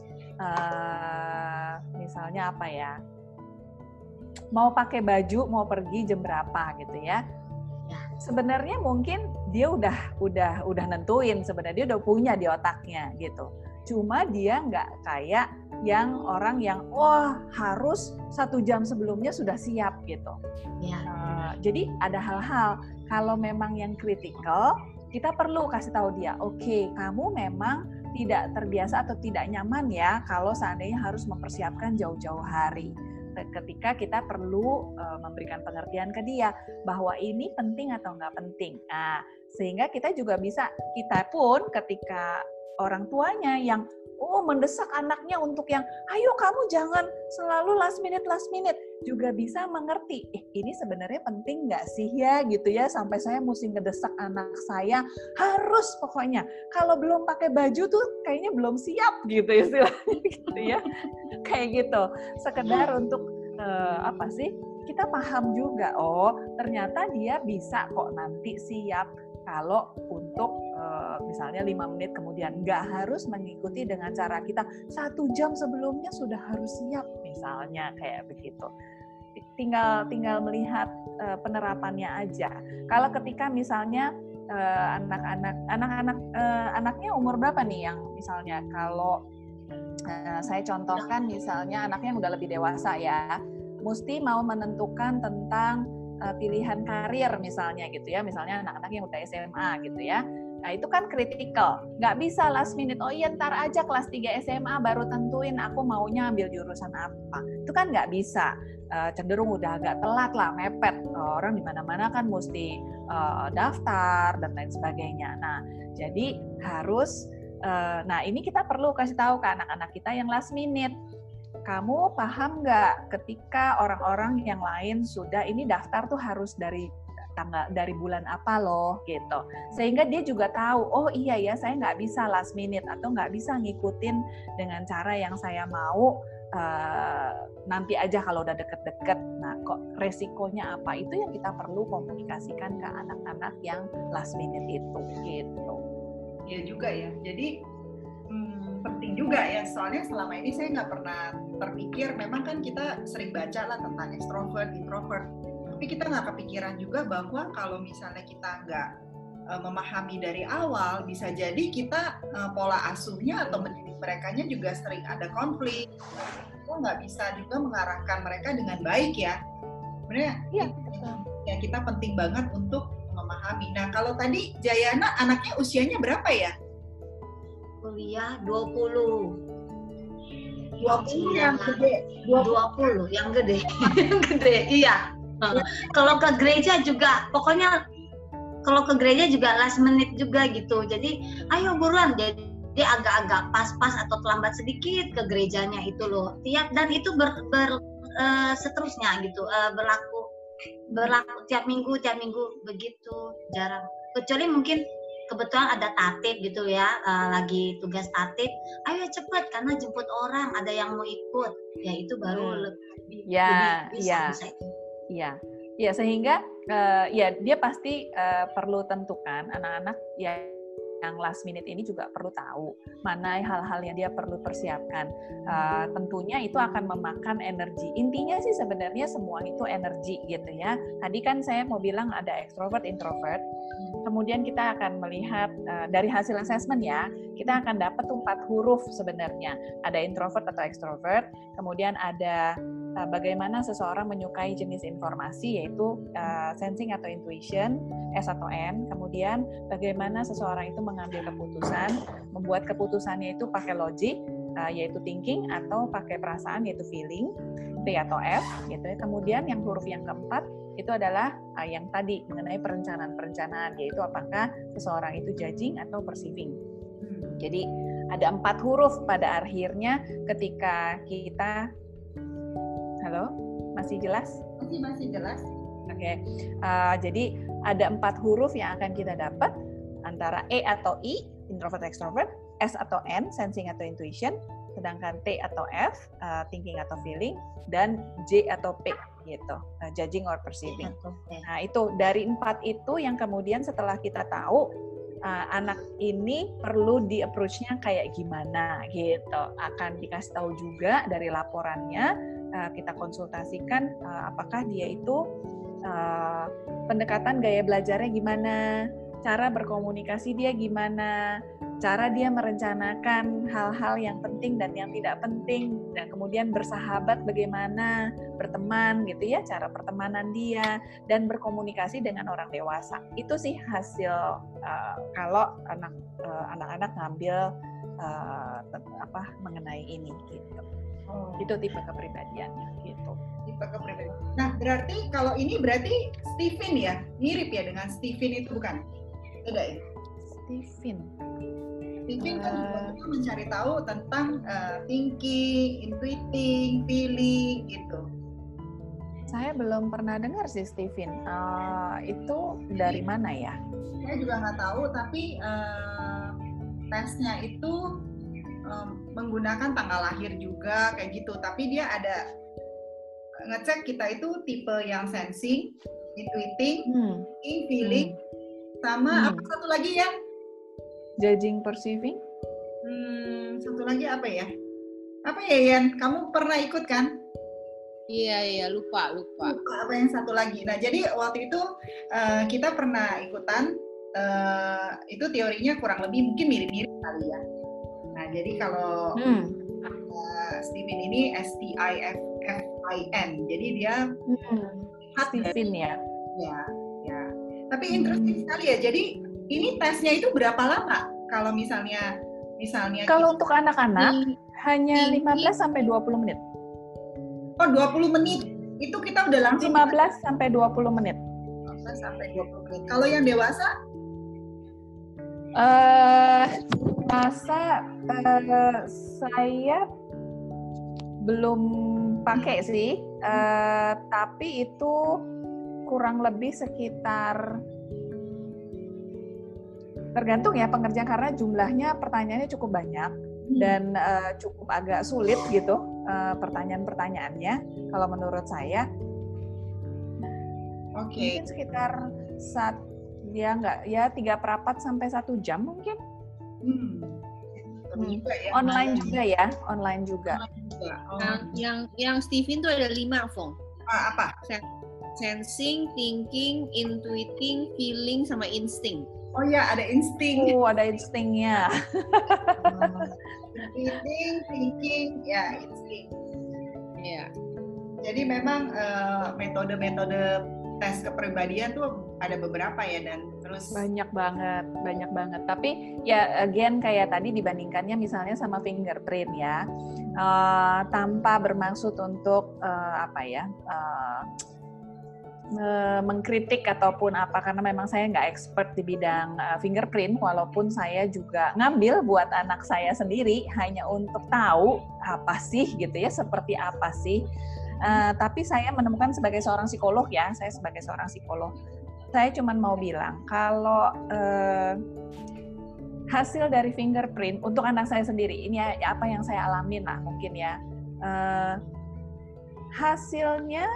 uh, misalnya apa ya? Mau pakai baju, mau pergi jam berapa gitu ya. Sebenarnya mungkin dia udah udah udah nentuin, sebenarnya dia udah punya di otaknya gitu. Cuma dia nggak kayak yang orang yang wah harus satu jam sebelumnya sudah siap gitu. Ya. Uh, jadi ada hal-hal kalau memang yang kritikal, kita perlu kasih tahu dia, oke okay, kamu memang tidak terbiasa atau tidak nyaman ya kalau seandainya harus mempersiapkan jauh-jauh hari. Ketika kita perlu uh, memberikan pengertian ke dia bahwa ini penting atau nggak penting. Nah, sehingga kita juga bisa, kita pun ketika orang tuanya yang oh mendesak anaknya untuk yang ayo kamu jangan selalu last minute last minute, juga bisa mengerti eh ini sebenarnya penting nggak sih ya gitu ya, sampai saya mesti ngedesak anak saya harus pokoknya kalau belum pakai baju tuh kayaknya belum siap gitu istilahnya gitu ya, kayak gitu sekedar untuk uh, apa sih kita paham juga oh ternyata dia bisa kok nanti siap kalau untuk uh, misalnya lima menit kemudian, nggak harus mengikuti dengan cara kita satu jam sebelumnya sudah harus siap misalnya kayak begitu. Tinggal tinggal melihat uh, penerapannya aja. Kalau ketika misalnya uh, anak-anak anak-anak uh, anaknya umur berapa nih yang misalnya kalau uh, saya contohkan misalnya anaknya yang udah lebih dewasa ya, mesti mau menentukan tentang pilihan karir misalnya gitu ya, misalnya anak-anak yang udah S M A gitu ya, nah itu kan kritikal, nggak bisa last minute, oh iya ntar aja kelas tiga S M A baru tentuin aku maunya ambil jurusan apa, itu kan nggak bisa, cenderung udah agak telat lah, mepet, orang di mana-mana kan mesti uh, daftar dan lain sebagainya, nah jadi harus, uh, nah ini kita perlu kasih tahu ke anak-anak kita yang last minute, kamu paham nggak ketika orang-orang yang lain sudah ini daftar tuh harus dari tanggal dari bulan apa loh gitu, sehingga dia juga tahu oh iya ya saya nggak bisa last minute atau nggak bisa ngikutin dengan cara yang saya mau uh, nanti aja kalau udah deket-deket. Nah kok resikonya apa, itu yang kita perlu komunikasikan ke anak-anak yang last minute itu gitu. Iya juga ya, jadi penting juga ya, soalnya selama ini saya nggak pernah terpikir, memang kan kita sering baca lah tentang extrovert, introvert, tapi kita nggak kepikiran juga bahwa kalau misalnya kita nggak uh, memahami dari awal, bisa jadi kita uh, pola asuhnya atau mendidik merekanya juga sering ada konflik, kita nggak bisa juga mengarahkan mereka dengan baik ya, sebenarnya ya, ya kita penting banget untuk memahami. Nah kalau tadi Jayana anaknya usianya berapa ya? Kuliah dua puluh. dua puluh yang gede. dua puluh yang gede. Yang gede, iya. Kalau ke gereja juga, pokoknya kalau ke gereja juga last minute juga gitu. Jadi, ayo buruan. Jadi agak-agak pas-pas atau terlambat sedikit ke gerejanya itu loh. Tiap dan itu ber, ber uh, seterusnya gitu, uh, berlaku berlaku tiap minggu, tiap minggu begitu. Jarang. Kecuali mungkin kebetulan ada tatip gitu ya, uh, lagi tugas tatip, ayo cepat karena jemput orang, ada yang mau ikut, ya itu baru hmm. lebih, ya, lebih bisa, ya. bisa itu. Ya, ya sehingga uh, ya dia pasti uh, perlu tentukan anak-anak ya yang last minute ini juga perlu tahu mana hal-hal yang dia perlu persiapkan. Uh, tentunya itu akan memakan energi. Intinya sih sebenarnya semua itu energi gitu ya. Tadi kan saya mau bilang ada extrovert, introvert. Kemudian kita akan melihat uh, dari hasil assessment ya, kita akan dapat empat huruf sebenarnya. Ada introvert atau extrovert, kemudian ada uh, bagaimana seseorang menyukai jenis informasi yaitu uh, sensing atau intuition, S atau N. Kemudian bagaimana seseorang itu mengambil keputusan, membuat keputusannya itu pakai logik, uh, yaitu thinking, atau pakai perasaan yaitu feeling, T atau F gitu ya. Kemudian yang huruf yang keempat itu adalah uh, yang tadi mengenai perencanaan-perencanaan, yaitu apakah seseorang itu judging atau perceiving. Hmm. Jadi ada empat huruf pada akhirnya ketika kita, halo, masih jelas? Masih masih jelas. Oke, okay. uh, jadi ada empat huruf yang akan kita dapat antara E atau I, introvert extrovert, S atau N, sensing atau intuition, sedangkan T atau F, uh, thinking atau feeling, dan J atau P gitu, uh, judging or perceiving. Nah itu dari empat itu yang kemudian setelah kita tahu uh, anak ini perlu di approach-nya kayak gimana gitu, akan dikasih tahu juga dari laporannya, uh, kita konsultasikan uh, apakah dia itu uh, pendekatan gaya belajarnya gimana, cara berkomunikasi dia gimana, cara dia merencanakan hal-hal yang penting dan yang tidak penting, dan kemudian bersahabat bagaimana, berteman gitu ya, cara pertemanan dia, dan berkomunikasi dengan orang dewasa. Itu sih hasil uh, kalau anak uh, anak-anak ngambil uh, apa mengenai ini gitu. Oh. Itu tipe kepribadiannya gitu. Tipe kepribadian. Nah, berarti kalau ini berarti Stephen ya, mirip ya dengan Stephen itu bukan? Tidak ya? Stephen. Steven kan juga mencari tahu tentang uh, thinking, intuiting, feeling gitu. Saya belum pernah dengar sih Steven. Uh, itu dari mana ya? Saya juga nggak tahu, tapi uh, tesnya itu um, menggunakan tanggal lahir juga kayak gitu. Tapi dia ada ngecek kita itu tipe yang sensing, intuiting, hmm. feeling, hmm. sama hmm. apa satu lagi ya? Judging, perceiving. Hmm, satu lagi apa ya? Apa ya Yan? Kamu pernah ikut kan? Iya, iya, lupa, lupa. Lupa apa yang satu lagi. Nah, jadi waktu itu uh, kita pernah ikutan, uh, itu teorinya kurang lebih mungkin mirip-mirip kali ya. Nah, jadi kalau hmm. uh, Steven ini S T I F F I N, jadi dia hmm. Steven ya. Ya, ya. Tapi interesting hmm. sekali ya. Jadi ini tesnya itu berapa lama? Kalau misalnya, misalnya. Kalau untuk anak-anak di, hanya di, lima belas sampai dua puluh menit. Oh, dua puluh menit. Itu kita udah langsung lima belas sampai dua puluh menit. lima belas sampai dua puluh menit. Kalau yang dewasa? Eh, uh, masa uh, saya belum pakai sih. Uh, tapi itu kurang lebih sekitar, tergantung ya pengerjaan karena jumlahnya pertanyaannya cukup banyak dan uh, cukup agak sulit gitu uh, pertanyaan-pertanyaannya kalau menurut saya. Oke. Okay. Mungkin sekitar saat ya nggak ya tiga perapat sampai satu jam mungkin. Hmm. Hmm. Juga ya, online juga ya, online juga. Online juga. Oh. Yang, yang yang Steven tuh ada lima, Fong. Ah, apa? Sensing, thinking, intuiting, feeling, sama insting. Oh ya, ada insting. Oh, ada instingnya. Thinking, thinking, ya insting. Ya. Jadi memang uh, metode-metode tes kepribadian tuh ada beberapa ya, dan terus banyak banget, banyak banget. Tapi ya again kayak tadi dibandingkannya misalnya sama fingerprint ya, uh, tanpa bermaksud untuk uh, apa ya, uh, mengkritik ataupun apa, karena memang saya nggak expert di bidang uh, fingerprint, walaupun saya juga ngambil buat anak saya sendiri hanya untuk tahu apa sih gitu ya, seperti apa sih. Uh, tapi saya menemukan sebagai seorang psikolog ya, saya sebagai seorang psikolog, saya cuma mau bilang kalau uh, hasil dari fingerprint untuk anak saya sendiri, ini ya, apa yang saya alamin lah mungkin ya, uh, hasilnya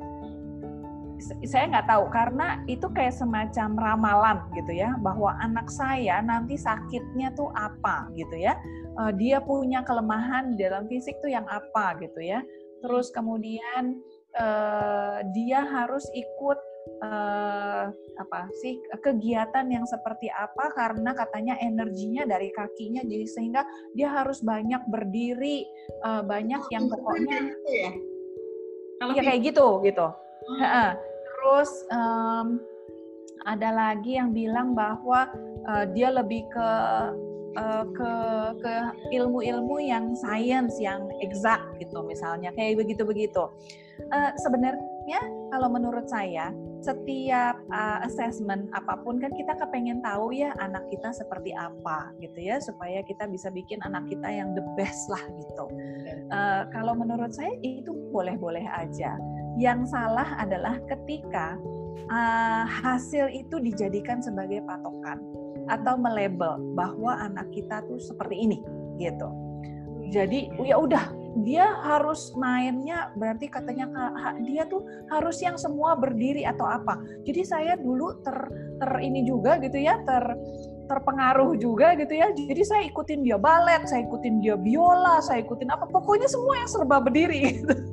saya nggak tahu karena itu kayak semacam ramalan gitu ya, bahwa anak saya nanti sakitnya tuh apa gitu ya, uh, dia punya kelemahan dalam fisik tuh yang apa gitu ya. Terus kemudian uh, dia harus ikut uh, apa sih kegiatan yang seperti apa karena katanya energinya dari kakinya, jadi sehingga dia harus banyak berdiri, uh, banyak oh, yang pokoknya gitu ya, ya kayak gitu gitu. Hmm. Terus um, ada lagi yang bilang bahwa uh, dia lebih ke Uh, ke ke ilmu-ilmu yang sains, yang eksak gitu misalnya, kayak begitu-begitu. Uh, sebenarnya kalau menurut saya setiap uh, assessment apapun kan kita kepengen tahu ya anak kita seperti apa gitu ya, supaya kita bisa bikin anak kita yang the best lah gitu. Uh, kalau menurut saya itu boleh-boleh aja. Yang salah adalah ketika uh, hasil itu dijadikan sebagai patokan atau melabel bahwa anak kita tuh seperti ini gitu. Jadi ya udah dia harus mainnya, berarti katanya dia tuh harus yang semua berdiri atau apa. Jadi saya dulu ter ter ini juga gitu ya, ter terpengaruh juga gitu ya. Jadi saya ikutin dia balet, saya ikutin dia biola, saya ikutin apa, pokoknya semua yang serba berdiri gitu.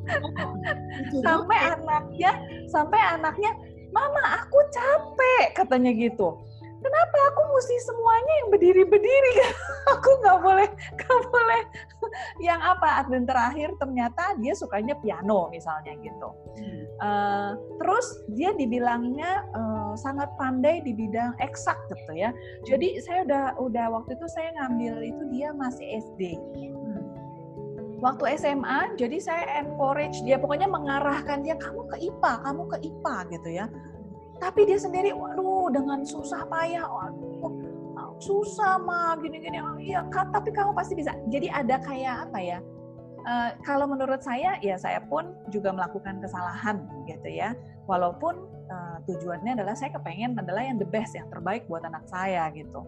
Sampai anaknya, sampai anaknya, "Mama, aku capek," katanya gitu. "Kenapa aku mesti semuanya yang berdiri-berdiri?" Aku nggak boleh, nggak boleh yang apa. Dan terakhir ternyata dia sukanya piano misalnya gitu. Hmm. Uh, terus dia dibilangnya uh, sangat pandai di bidang eksak gitu ya. Jadi saya udah udah waktu itu saya ngambil itu dia masih S D. Hmm. Waktu S M A, jadi saya encourage dia, pokoknya mengarahkan dia, "Kamu ke I P A, kamu ke I P A," gitu ya. Tapi dia sendiri, waduh, dengan susah payah, waduh, susah mah gini-gini. Oh, iya kan, tapi kamu pasti bisa. Jadi ada kayak apa ya? Uh, kalau menurut saya, ya saya pun juga melakukan kesalahan gitu ya. Walaupun uh, tujuannya adalah saya kepengen adalah yang the best, yang terbaik buat anak saya gitu.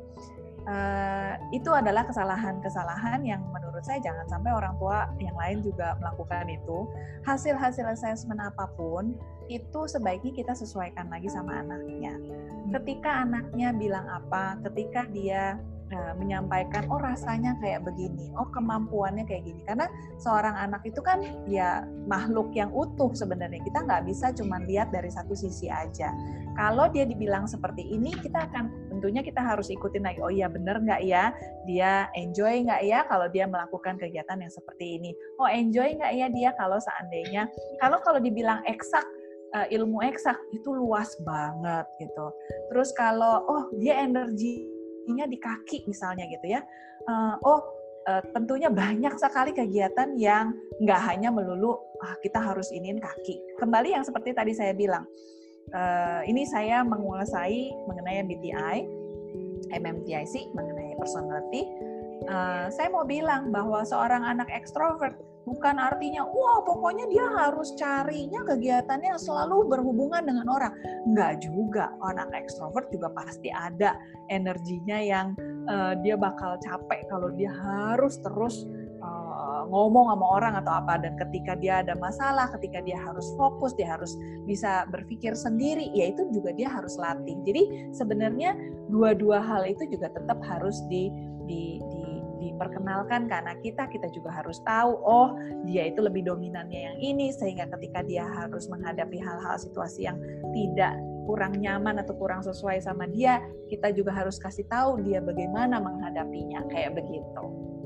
Uh, itu adalah kesalahan-kesalahan yang menurut saya jangan sampai orang tua yang lain juga melakukan itu. Hasil-hasil assessment apapun itu sebaiknya kita sesuaikan lagi sama anaknya. Ketika anaknya bilang apa, ketika dia uh, menyampaikan, oh rasanya kayak begini, oh kemampuannya kayak gini. Karena seorang anak itu kan ya makhluk yang utuh sebenarnya. Kita nggak bisa cuma lihat dari satu sisi aja. Kalau dia dibilang seperti ini, kita akan tentunya kita harus ikutin lagi. Oh iya bener nggak ya? Dia enjoy nggak ya kalau dia melakukan kegiatan yang seperti ini? Oh enjoy nggak ya dia kalau seandainya, kalau kalau dibilang eksak, uh, ilmu eksak itu luas banget gitu. Terus kalau oh dia energinya di kaki misalnya gitu ya. Uh, oh uh, tentunya banyak sekali kegiatan yang nggak hanya melulu ah, kita harus iniin kaki. Kembali yang seperti tadi saya bilang. Uh, ini saya menguasai mengenai M B T I, M M T I C, mengenai personality. Uh, saya mau bilang bahwa seorang anak ekstrovert bukan artinya, wah pokoknya dia harus carinya kegiatannya selalu berhubungan dengan orang. Enggak juga, anak ekstrovert juga pasti ada energinya yang uh, dia bakal capek kalau dia harus terus ngomong sama orang atau apa, dan ketika dia ada masalah, ketika dia harus fokus, dia harus bisa berpikir sendiri, ya itu juga dia harus latih. Jadi sebenarnya dua-dua hal itu juga tetap harus di, di, di, diperkenalkan ke anak kita. Kita juga harus tahu, oh dia itu lebih dominannya yang ini, sehingga ketika dia harus menghadapi hal-hal situasi yang tidak kurang nyaman atau kurang sesuai sama dia, kita juga harus kasih tahu dia bagaimana menghadapinya, kayak begitu.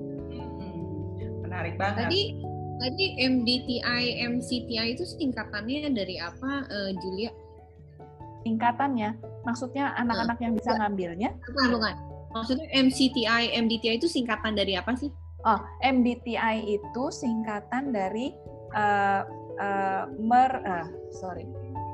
Menarik banget. Tadi tadi M D T I, M C T I itu singkatannya dari apa, uh, Julia? Singkatannya, maksudnya anak-anak yang bisa ngambilnya? Bukan, bukan. Maksudnya M C T I, M D T I itu singkatan dari apa sih? Oh, M B T I itu singkatan dari uh, uh, mer, uh, sorry.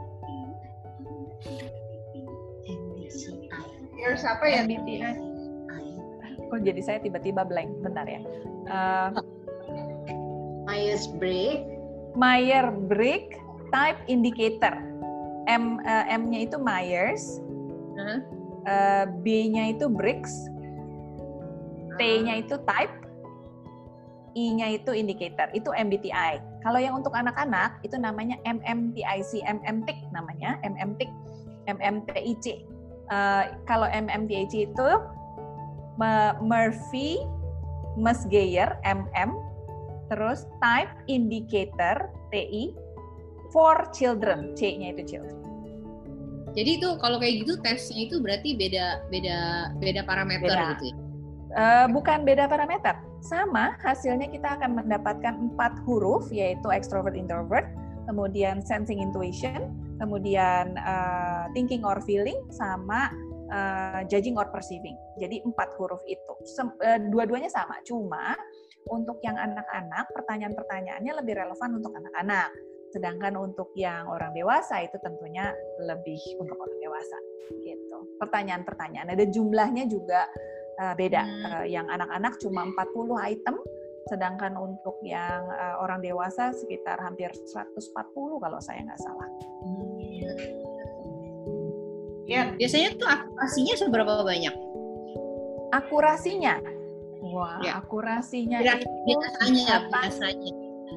Yours apa ya? M B T I. Oh, jadi saya tiba-tiba blank. Bentar ya. Uh, Myers-Briggs. Myers-Briggs Type Indicator. M uh, M-nya itu Myers, huh? uh, B-nya itu Briggs, T-nya itu Type, I-nya itu Indicator. Itu M B T I. Kalau yang untuk anak-anak itu namanya M M T I C, M M T I C namanya, M M T I C, M M T I C. Uh, kalau M M T I C itu Murphy, Mesgeyer, M M, terus Type Indicator, T I, for Children, C-nya itu children. Jadi itu kalau kayak gitu tesnya itu berarti beda beda beda parameter beda. gitu ya? Uh, bukan beda parameter, sama hasilnya kita akan mendapatkan empat huruf, yaitu extrovert, introvert, kemudian sensing, intuition, kemudian uh, thinking or feeling, sama uh, judging or perceiving. Jadi empat huruf itu, Sem- uh, dua-duanya sama, cuma untuk yang anak-anak pertanyaan-pertanyaannya lebih relevan untuk anak-anak, sedangkan untuk yang orang dewasa itu tentunya lebih untuk orang dewasa. Gitu. Pertanyaan-pertanyaan ada jumlahnya juga uh, beda. Hmm. Uh, yang anak-anak cuma empat puluh item, sedangkan untuk yang uh, orang dewasa sekitar hampir seratus empat puluh kalau saya nggak salah. Hmm. Ya, biasanya tuh akurasinya seberapa banyak? Akurasinya, wah, ya. akurasinya Bila, itu biasanya, biasanya.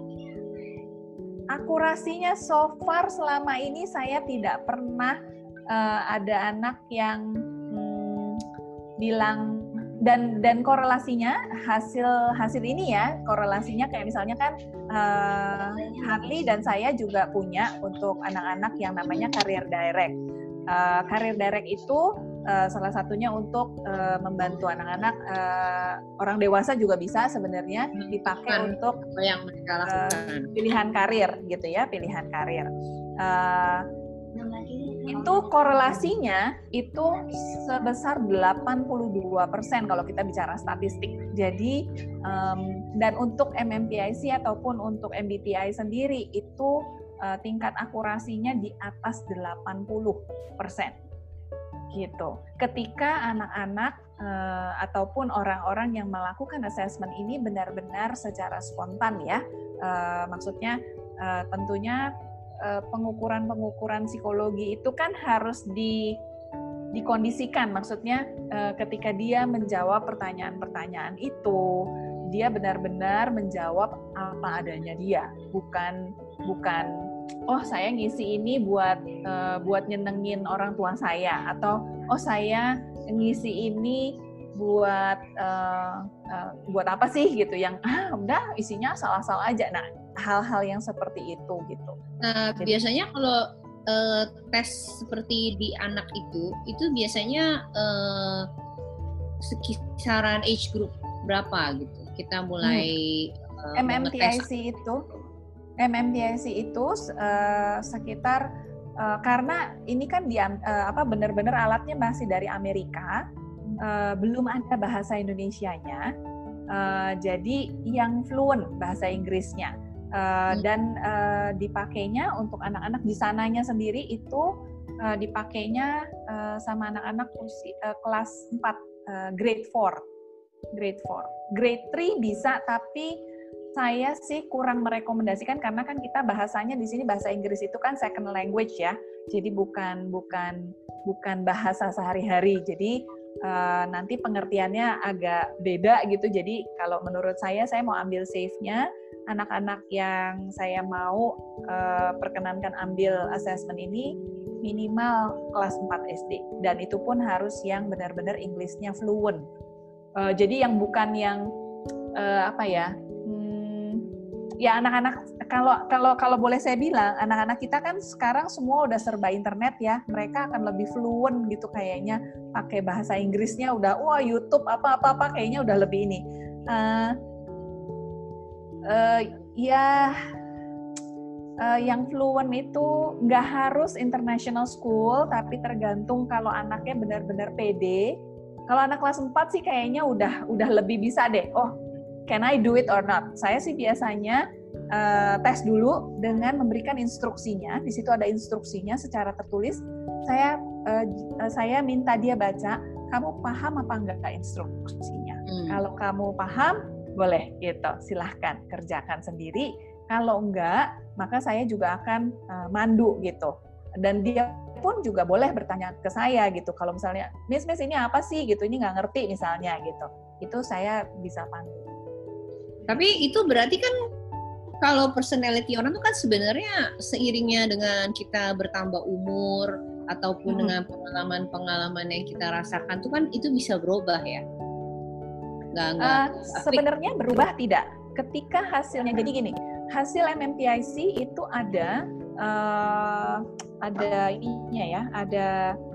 Akurasinya so far selama ini saya tidak pernah uh, ada anak yang hmm, bilang, dan dan korelasinya hasil hasil ini ya, korelasinya kayak misalnya kan uh, Harley dan saya juga punya untuk anak-anak yang namanya Career Direct. Uh, Career Direct itu uh, salah satunya untuk uh, membantu anak-anak, uh, orang dewasa juga bisa sebenarnya dipakai hmm. untuk yang mereka lakukan. Uh, pilihan karir gitu ya, pilihan karir. Uh, itu korelasinya itu sebesar delapan puluh dua persen kalau kita bicara statistik. Jadi um, dan untuk M M T I C ataupun untuk M B T I sendiri itu uh, tingkat akurasinya di atas delapan puluh persen. Gitu. Ketika anak-anak uh, ataupun orang-orang yang melakukan assessment ini benar-benar secara spontan ya. Uh, maksudnya uh, tentunya uh, pengukuran-pengukuran psikologi itu kan harus di dikondisikan, maksudnya uh, ketika dia menjawab pertanyaan-pertanyaan itu, dia benar-benar menjawab apa adanya dia, bukan bukan oh saya ngisi ini buat uh, buat nyenengin orang tua saya, atau oh saya ngisi ini buat uh, uh, buat apa sih gitu, yang ah udah isinya salah-salah aja. Nah, hal-hal yang seperti itu gitu. Nah, Jadi, biasanya kalau uh, tes seperti di anak itu, itu biasanya uh, sekisaran age group berapa gitu? Kita mulai hmm. uh, M M T I C itu, M M T I C itu uh, sekitar uh, karena ini kan di uh, apa benar-benar alatnya masih dari Amerika, uh, belum ada bahasa Indonesianya, uh, jadi yang fluent bahasa Inggrisnya. Uh, dan uh, dipakainya untuk anak-anak di sananya sendiri itu uh, dipakainya uh, sama anak-anak usia, uh, kelas empat, uh, grade four. Grade four. Grade three bisa, tapi saya sih kurang merekomendasikan karena kan kita bahasanya di sini bahasa Inggris itu kan second language ya. Jadi bukan bukan bukan bahasa sehari-hari. Jadi uh, nanti pengertiannya agak beda gitu. Jadi kalau menurut saya saya mau ambil safe-nya anak-anak yang saya mau uh, perkenankan ambil assessment ini minimal kelas empat S D, dan itu pun harus yang benar-benar English-nya fluent. Uh, jadi yang bukan yang uh, apa ya? Hmm, ya anak-anak kalau kalau kalau boleh saya bilang, anak-anak kita kan sekarang semua udah serba internet ya. Mereka akan lebih fluent gitu kayaknya, pakai bahasa Inggrisnya udah wah YouTube apa-apa-apa kayaknya udah lebih ini. Uh, Uh, ya uh, yang fluent itu nggak harus international school, tapi tergantung kalau anaknya benar-benar pede. Kalau anak kelas empat sih kayaknya udah udah lebih bisa deh. Oh, can I do it or not? Saya sih biasanya uh, tes dulu dengan memberikan instruksinya. Di situ ada instruksinya secara tertulis. Saya uh, saya minta dia baca. Kamu paham apa enggak instruksinya? Hmm. Kalau kamu paham, boleh gitu, silahkan kerjakan sendiri. Kalau enggak, maka saya juga akan uh, mandu gitu. Dan dia pun juga boleh bertanya ke saya gitu. Kalau misalnya, Miss, Miss ini apa sih gitu, ini nggak ngerti misalnya gitu. Itu saya bisa pandu. Tapi itu berarti kan kalau personality orang itu kan sebenarnya seiringnya dengan kita bertambah umur ataupun hmm. dengan pengalaman-pengalaman yang kita rasakan itu kan itu bisa berubah ya. Nggak, nggak, uh, sebenarnya berubah tidak. Ketika hasilnya, jadi gini, hasil M M T I C itu ada uh, ada ininya ya, ada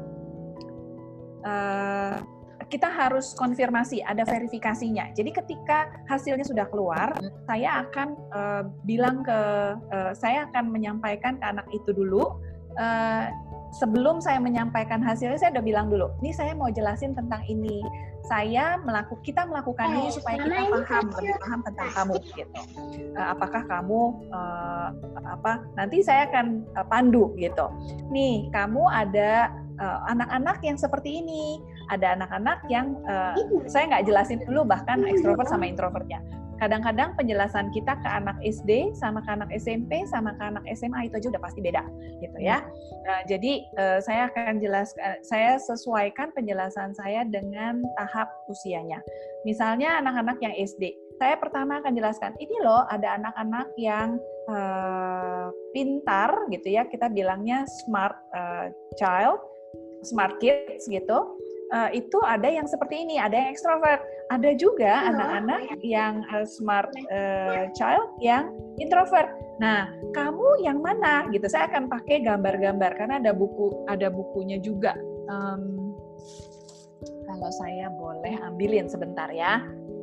uh, kita harus konfirmasi, ada verifikasinya. Jadi ketika hasilnya sudah keluar, saya akan uh, bilang ke, uh, saya akan menyampaikan ke anak itu dulu. Uh, Sebelum saya menyampaikan hasilnya, saya udah bilang dulu, nih saya mau jelasin tentang ini. Saya melakukan, kita melakukan ini supaya kita paham, lebih paham tentang kamu gitu. Uh, apakah kamu uh, apa? Nanti saya akan uh, pandu gitu. Nih, kamu ada uh, anak-anak yang seperti ini, ada anak-anak yang uh, saya nggak jelasin dulu, bahkan ekstrovert sama introvertnya. Kadang-kadang penjelasan kita ke anak S D sama ke anak S M P sama ke anak S M A itu aja udah pasti beda gitu ya. Nah, jadi uh, saya akan jelaskan, saya sesuaikan penjelasan saya dengan tahap usianya. Misalnya anak-anak yang S D, saya pertama akan jelaskan, ini loh ada anak-anak yang uh, pintar gitu ya, kita bilangnya smart uh, child, smart kids gitu. Uh, itu ada yang seperti ini, ada yang ekstrovert, ada juga anak-anak yang uh, smart uh, child yang introvert. Nah, kamu yang mana? Gitu. Saya akan pakai gambar-gambar karena ada buku, ada bukunya juga. Um, kalau saya boleh ambilin sebentar ya.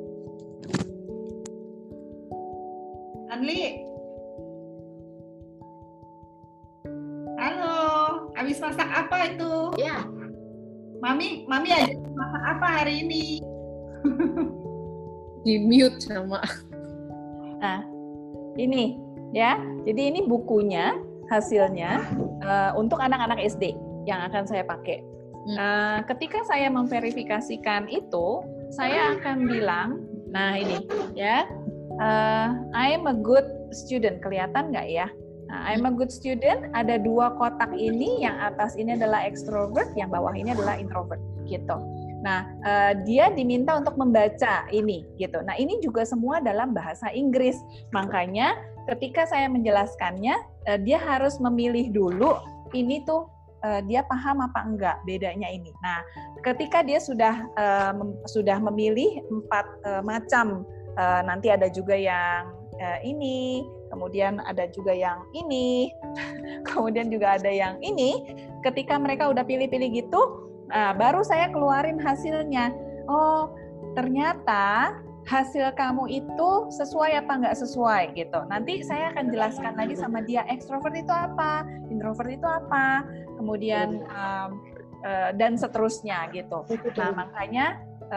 Anli, halo, habis masak apa itu? Ya. Mami, Mami aja masak apa hari ini? Di mute sama. Nah, ini ya. Jadi ini bukunya, hasilnya uh, untuk anak-anak S D yang akan saya pakai. Uh, ketika saya memverifikasikan itu, saya akan bilang, nah ini ya, uh, I'm a good student. Kelihatan nggak ya? Nah, I'm a good student. Ada dua kotak ini, yang atas ini adalah extrovert, yang bawah ini adalah introvert, gitu. Nah, uh, dia diminta untuk membaca ini, gitu. Nah, ini juga semua dalam bahasa Inggris. Makanya, ketika saya menjelaskannya, uh, dia harus memilih dulu ini tuh. Uh, dia paham apa enggak bedanya ini. Nah, ketika dia sudah uh, mem- sudah memilih empat uh, macam, uh, nanti ada juga yang uh, ini, kemudian ada juga yang ini, kemudian juga ada yang ini. Ketika mereka udah pilih-pilih gitu, uh, baru saya keluarin hasilnya. Oh, ternyata hasil kamu itu sesuai apa nggak sesuai gitu. Nanti saya akan jelaskan lagi sama dia, ekstrovert itu apa, introvert itu apa, kemudian um, uh, dan seterusnya gitu. Nah, makanya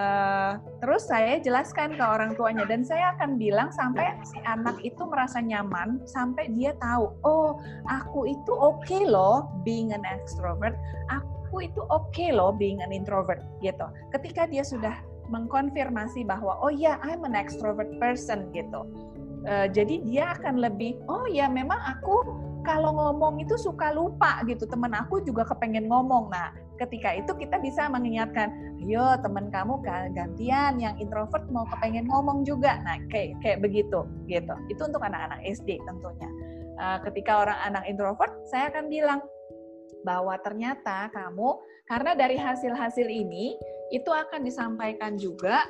uh, terus saya jelaskan ke orang tuanya, dan saya akan bilang sampai si anak itu merasa nyaman, sampai dia tahu, oh aku itu oke okay loh being an extrovert, aku itu oke okay loh being an introvert gitu. Ketika dia sudah mengkonfirmasi bahwa oh ya, I'm an extrovert person gitu. Uh, jadi dia akan lebih, oh ya memang aku kalau ngomong itu suka lupa gitu. Teman aku juga kepengen ngomong. Nah, ketika itu kita bisa mengingatkan, ayo teman kamu gantian, yang introvert mau kepengen ngomong juga. Nah, kayak kayak begitu gitu. Itu untuk anak-anak S D tentunya. Uh, ketika orang anak introvert, saya akan bilang bahwa ternyata kamu, karena dari hasil-hasil ini itu akan disampaikan juga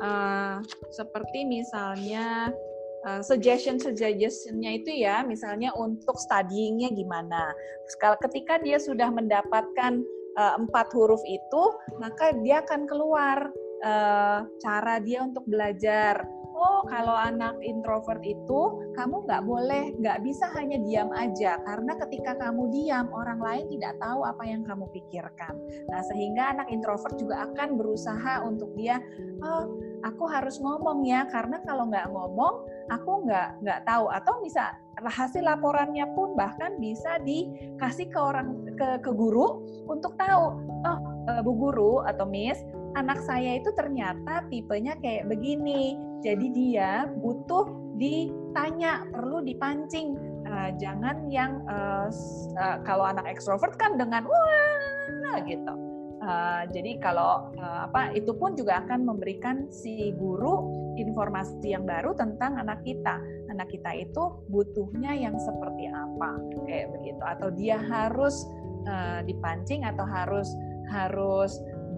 uh, seperti misalnya uh, suggestion-suggestionnya itu ya, misalnya untuk studying-nya gimana. Ketika dia sudah mendapatkan uh, empat huruf itu, maka dia akan keluar uh, cara dia untuk belajar. Oh, kalau anak introvert itu, kamu nggak boleh, nggak bisa hanya diam aja. Karena ketika kamu diam, orang lain tidak tahu apa yang kamu pikirkan. Nah, sehingga anak introvert juga akan berusaha untuk dia, oh, aku harus ngomong ya, karena kalau nggak ngomong, aku nggak nggak tahu. Atau bisa hasil laporannya pun bahkan bisa dikasih ke orang ke, ke guru untuk tahu, oh, Bu Guru atau Miss, anak saya itu ternyata tipenya kayak begini. Jadi dia butuh ditanya, perlu dipancing. Uh, jangan yang uh, uh, kalau anak ekstrovert kan dengan wah gitu. Uh, jadi kalau uh, apa itu pun juga akan memberikan si guru informasi yang baru tentang anak kita. Anak kita itu butuhnya yang seperti apa, kayak begitu. Atau dia harus uh, dipancing atau harus harus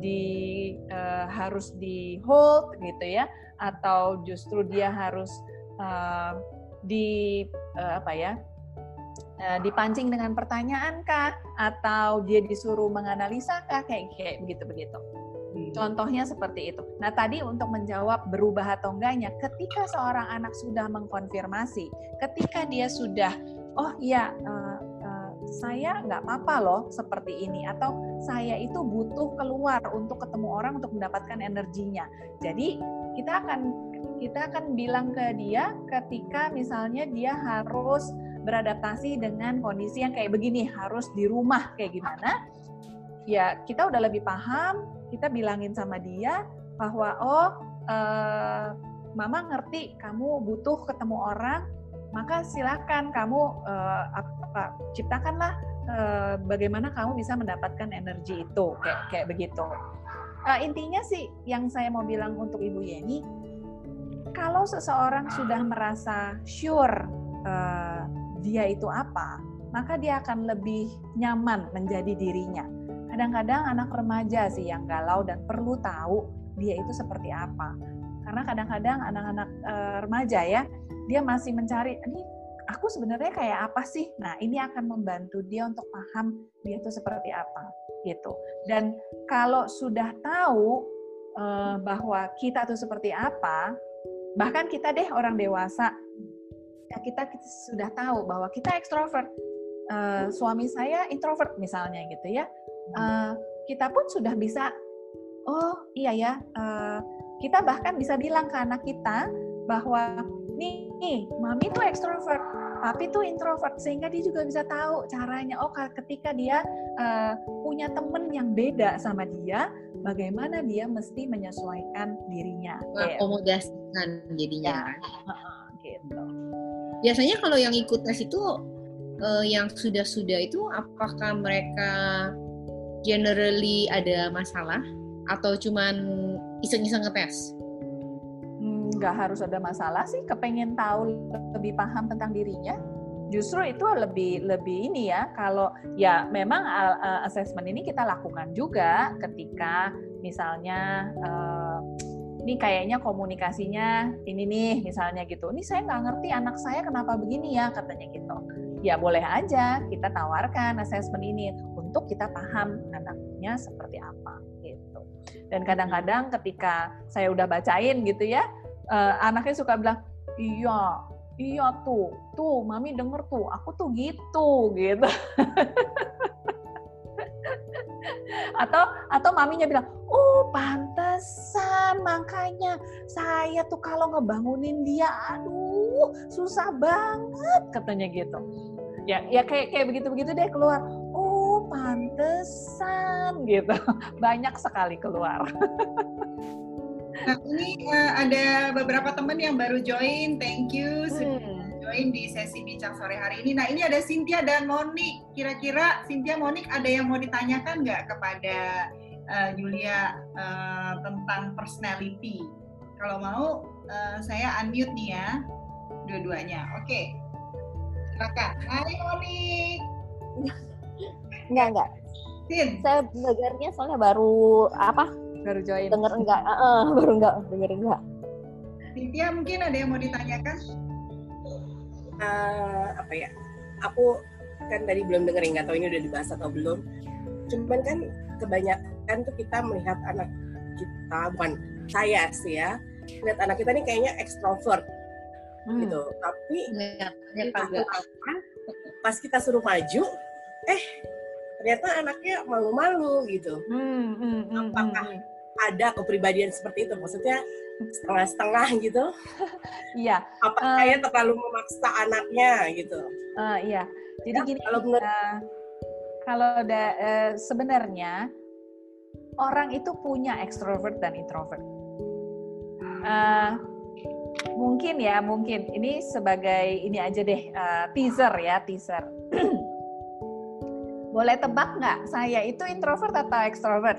di uh, harus di hold gitu ya, atau justru dia harus uh, di uh, apa ya uh, dipancing dengan pertanyaan kah, atau dia disuruh menganalisa kah, kayak kayak begitu begitu. Contohnya seperti itu. Nah, tadi untuk menjawab berubah atau enggaknya, ketika seorang anak sudah mengkonfirmasi, ketika dia sudah oh iya uh, saya nggak apa-apa loh seperti ini, atau saya itu butuh keluar untuk ketemu orang untuk mendapatkan energinya. Jadi kita akan kita akan bilang ke dia ketika misalnya dia harus beradaptasi dengan kondisi yang kayak begini, harus di rumah kayak gimana, ya kita udah lebih paham, kita bilangin sama dia bahwa oh eh, mama ngerti kamu butuh ketemu orang, maka silakan kamu uh, apa, ciptakanlah uh, bagaimana kamu bisa mendapatkan energi itu, kayak kayak begitu. Uh, intinya sih yang saya mau bilang untuk Ibu Yeni, kalau seseorang sudah merasa sure uh, dia itu apa, maka dia akan lebih nyaman menjadi dirinya. Kadang-kadang anak remaja sih yang galau dan perlu tahu dia itu seperti apa. Karena kadang-kadang anak-anak uh, remaja ya, dia masih mencari, ini aku sebenarnya kayak apa sih? Nah, ini akan membantu dia untuk paham dia itu seperti apa, gitu. Dan kalau sudah tahu uh, bahwa kita itu seperti apa, bahkan kita deh orang dewasa, ya kita, kita sudah tahu bahwa kita ekstrovert, uh, suami saya introvert misalnya gitu ya, uh, kita pun sudah bisa, oh iya ya, uh, kita bahkan bisa bilang ke anak kita bahwa nih, nih mami tuh ekstrovert, Papi tuh introvert, sehingga dia juga bisa tahu caranya. Oh, ketika dia uh, punya temen yang beda sama dia, bagaimana dia mesti menyesuaikan dirinya. Mengakomodasikan jadinya. Ya, gitu. Biasanya kalau yang ikut tes itu, uh, yang sudah-sudah itu, apakah mereka generally ada masalah atau cuman iseng-iseng ngetes? Nggak harus ada masalah sih, kepengen tahu lebih paham tentang dirinya. Justru itu lebih lebih ini ya, kalau ya memang uh, assessment ini kita lakukan juga ketika misalnya uh, ini kayaknya komunikasinya ini nih misalnya gitu. Ini saya nggak ngerti anak saya kenapa begini ya katanya gitu. Ya boleh aja kita tawarkan assessment ini untuk kita paham anaknya seperti apa gitu. Dan kadang-kadang ketika saya udah bacain gitu ya, Uh, anaknya suka bilang, iya, iya tuh, tuh, mami denger tuh, aku tuh gitu, gitu. atau atau maminya bilang, oh pantesan, makanya saya tuh kalau ngebangunin dia, aduh, susah banget, katanya gitu. Ya, ya kayak kayak begitu-begitu deh keluar. Oh pantesan, gitu. Banyak sekali keluar. Nah, ini uh, ada beberapa teman yang baru join. Thank you sudah hmm. join di sesi bincang sore hari ini. Nah, ini ada Cynthia dan Monik. Kira-kira Cynthia, Monik ada yang mau ditanyakan nggak kepada uh, Julia uh, tentang personality? Kalau mau, uh, saya unmute nih ya, dua-duanya. Oke, silakan. Hai Monik. Enggak, enggak. Sin. Saya belajarnya soalnya baru apa? Baru join. Denger enggak? Uh, baru enggak, denger enggak. Cynthia, mungkin ada yang mau ditanyakan? Uh, apa ya? Aku kan tadi belum dengerin, nggak tahu ini udah dibahas atau belum. Cuman kan kebanyakan tuh kita melihat anak kita, bukan saya sih ya, lihat anak kita nih kayaknya ekstrovert hmm. gitu. Tapi ya, ya, apa, pas kita suruh maju, eh ternyata anaknya malu-malu gitu. Hmm, hmm, hmm, Apakah hmm. ada kepribadian seperti itu? Maksudnya setengah-setengah gitu? Iya. Apa uh, saya terlalu memaksa anaknya gitu? Uh, iya. Jadi ya, gini, kalau menurut uh, kalau da, uh, sebenarnya orang itu punya extrovert dan introvert. Uh, mungkin ya, mungkin ini sebagai ini aja deh uh, teaser ya, teaser. Boleh tebak nggak, saya itu introvert atau extrovert?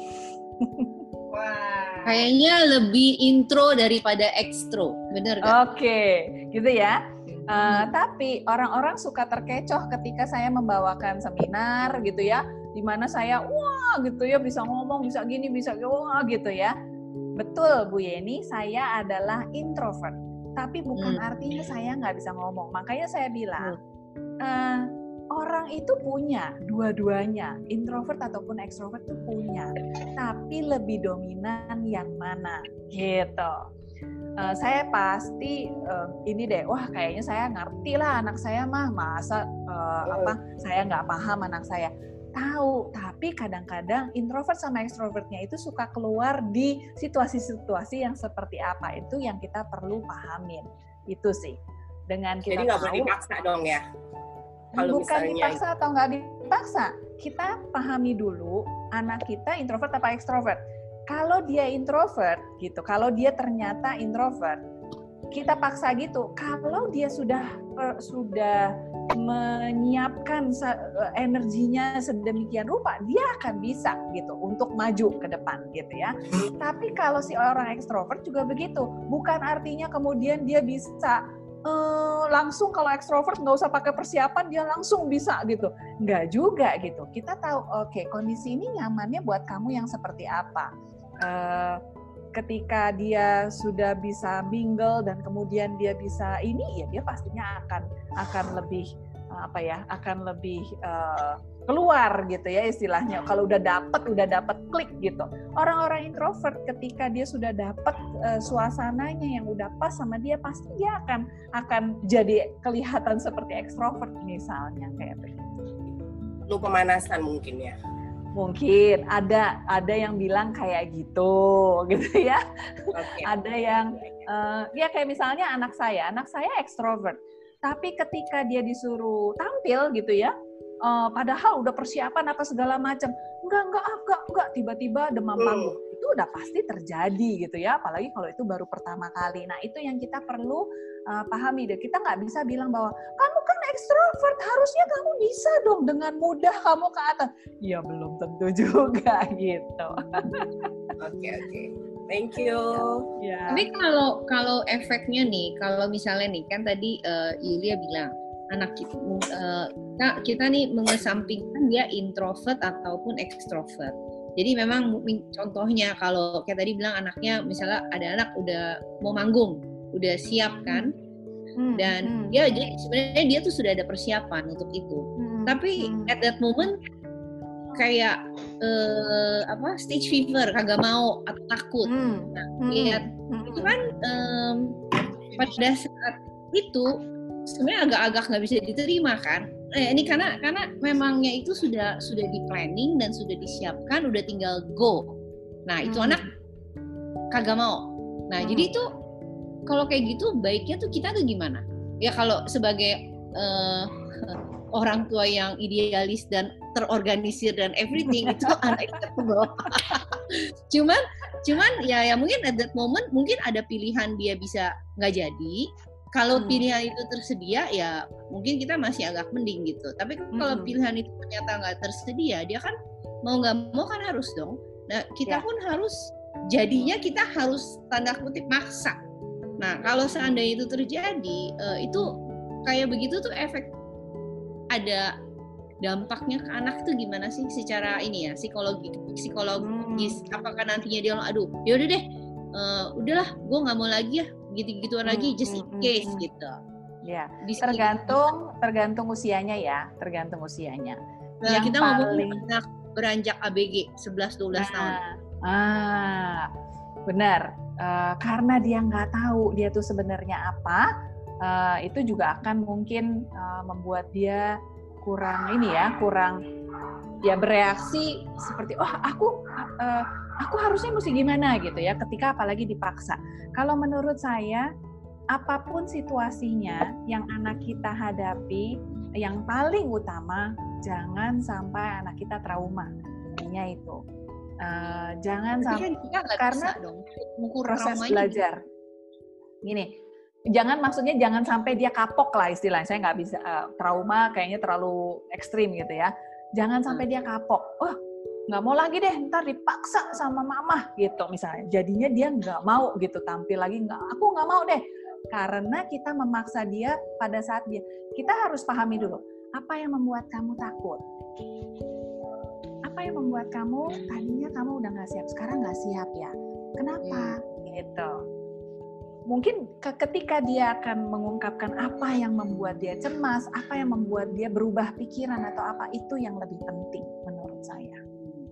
Wah. Kayaknya lebih intro daripada ekstro, bener nggak? Oke, okay. gitu ya. Uh, hmm. Tapi orang-orang suka terkecoh ketika saya membawakan seminar gitu ya, di mana saya wah gitu ya bisa ngomong, bisa gini, bisa wah gitu ya. Betul Bu Yeni, saya adalah introvert. Tapi bukan hmm. artinya saya nggak bisa ngomong. Makanya saya bilang. Uh, Orang itu punya dua-duanya, introvert ataupun extrovert itu punya, tapi lebih dominan yang mana, gitu. Uh, saya pasti uh, ini deh, wah kayaknya saya ngerti lah anak saya mah, masa uh, apa saya nggak paham anak saya. Tahu, tapi kadang-kadang introvert sama extrovertnya itu suka keluar di situasi-situasi yang seperti apa, itu yang kita perlu pahamin, itu sih. Dengan kita Jadi nggak boleh dipaksa dong ya? Kalau bukan misalnya dipaksa atau nggak dipaksa, kita pahami dulu anak kita introvert apa extrovert. Kalau dia introvert gitu, kalau dia ternyata introvert, kita paksa gitu. Kalau dia sudah uh, sudah menyiapkan energinya sedemikian rupa, dia akan bisa gitu untuk maju ke depan gitu ya. Tapi kalau si orang ekstrovert juga begitu, bukan artinya kemudian dia bisa Uh, langsung kalau ekstrovert nggak usah pakai persiapan dia langsung bisa gitu, nggak juga gitu. Kita tahu oke okay, kondisi ini nyamannya buat kamu yang seperti apa. Uh, ketika dia sudah bisa mingle dan kemudian dia bisa ini ya dia pastinya akan akan lebih uh, apa ya akan lebih uh, keluar gitu ya istilahnya. Kalau udah dapet udah dapet klik gitu. Orang-orang introvert ketika dia sudah dapet uh, suasananya yang udah pas sama dia, pasti dia akan akan jadi kelihatan seperti ekstrovert misalnya kayak begitu. Lu pemanasan mungkin ya. Mungkin ada ada yang bilang kayak gitu gitu ya. Okay. Ada yang uh, ya kayak misalnya anak saya, anak saya ekstrovert. Tapi ketika dia disuruh tampil gitu ya, uh, padahal udah persiapan apa segala macam, enggak, enggak, enggak, enggak, tiba-tiba demam panggung. Itu udah pasti terjadi gitu ya, apalagi kalau itu baru pertama kali. Nah itu yang kita perlu uh, pahami deh. Kita nggak bisa bilang bahwa kamu kan ekstrovert, harusnya kamu bisa dong dengan mudah kamu ke atas. Ya belum tentu juga gitu. Oke oke. Thank you. Ya. Tapi kalau kalau efeknya nih, kalau misalnya nih kan tadi uh, Yulia bilang anak kita, uh, kita kita nih mengesampingkan dia introvert ataupun ekstrovert. Jadi memang contohnya kalau kayak tadi bilang anaknya misalnya ada anak udah mau manggung, udah siap kan, hmm. dan hmm. dia jadi sebenarnya dia tuh sudah ada persiapan untuk itu. Hmm. Tapi hmm. at that moment kayak uh, apa stage fever, kagak mau atau takut. Hmm. Nah, lihat hmm. itu kan um, pada saat itu sebenarnya agak-agak nggak bisa diterima kan. Eh, ini karena karena memangnya itu sudah sudah di planning dan sudah disiapkan, udah tinggal go. Nah itu hmm. anak kagak mau. Nah hmm. jadi itu kalau kayak gitu baiknya tuh kita tuh gimana? Ya kalau sebagai uh, orang tua yang idealis dan terorganisir dan everything itu unacceptable. cuman cuman ya ya mungkin at that moment mungkin ada pilihan dia bisa nggak jadi. Kalau hmm. pilihan itu tersedia ya mungkin kita masih agak mending gitu. Tapi kalau hmm. pilihan itu ternyata nggak tersedia, dia kan mau nggak mau kan harus dong. Nah kita ya. pun harus jadinya kita harus tanda kutip maksa. Nah kalau seandainya itu terjadi, uh, itu kayak begitu tuh efek ada dampaknya ke anak tuh gimana sih secara ini ya psikologi psikologis hmm. apakah nantinya dia aduh yaudah deh uh, udahlah gue nggak mau lagi ya gitu-gituan hmm. lagi just in case hmm. gitu ya tergantung tergantung usianya ya tergantung usianya nah, yang kita paling... ngomong anak beranjak A B G sebelas dua belas nah, tahun ah benar uh, karena dia nggak tahu dia tuh sebenarnya apa uh, itu juga akan mungkin uh, membuat dia kurang ini ya, kurang ya bereaksi seperti oh aku uh, aku harusnya mesti gimana gitu ya ketika apalagi dipaksa. Kalau menurut saya apapun situasinya yang anak kita hadapi, yang paling utama jangan sampai anak kita trauma. Intinya itu. Uh, jangan sampai kan karena dong proses belajar. Gini, jangan maksudnya jangan sampai dia kapok lah istilahnya. Saya nggak bisa uh, trauma kayaknya terlalu ekstrim gitu ya. Jangan sampai dia kapok. Oh nggak mau lagi deh, ntar dipaksa sama mama gitu misalnya. Jadinya dia nggak mau gitu tampil lagi. Nggak, aku nggak mau deh. Karena kita memaksa dia pada saat dia. Kita harus pahami dulu apa yang membuat kamu takut. Apa yang membuat kamu tadinya kamu udah nggak siap, sekarang nggak siap ya. Kenapa? Hmm. Gitu. Mungkin ketika dia akan mengungkapkan apa yang membuat dia cemas, apa yang membuat dia berubah pikiran atau apa, itu yang lebih penting menurut saya.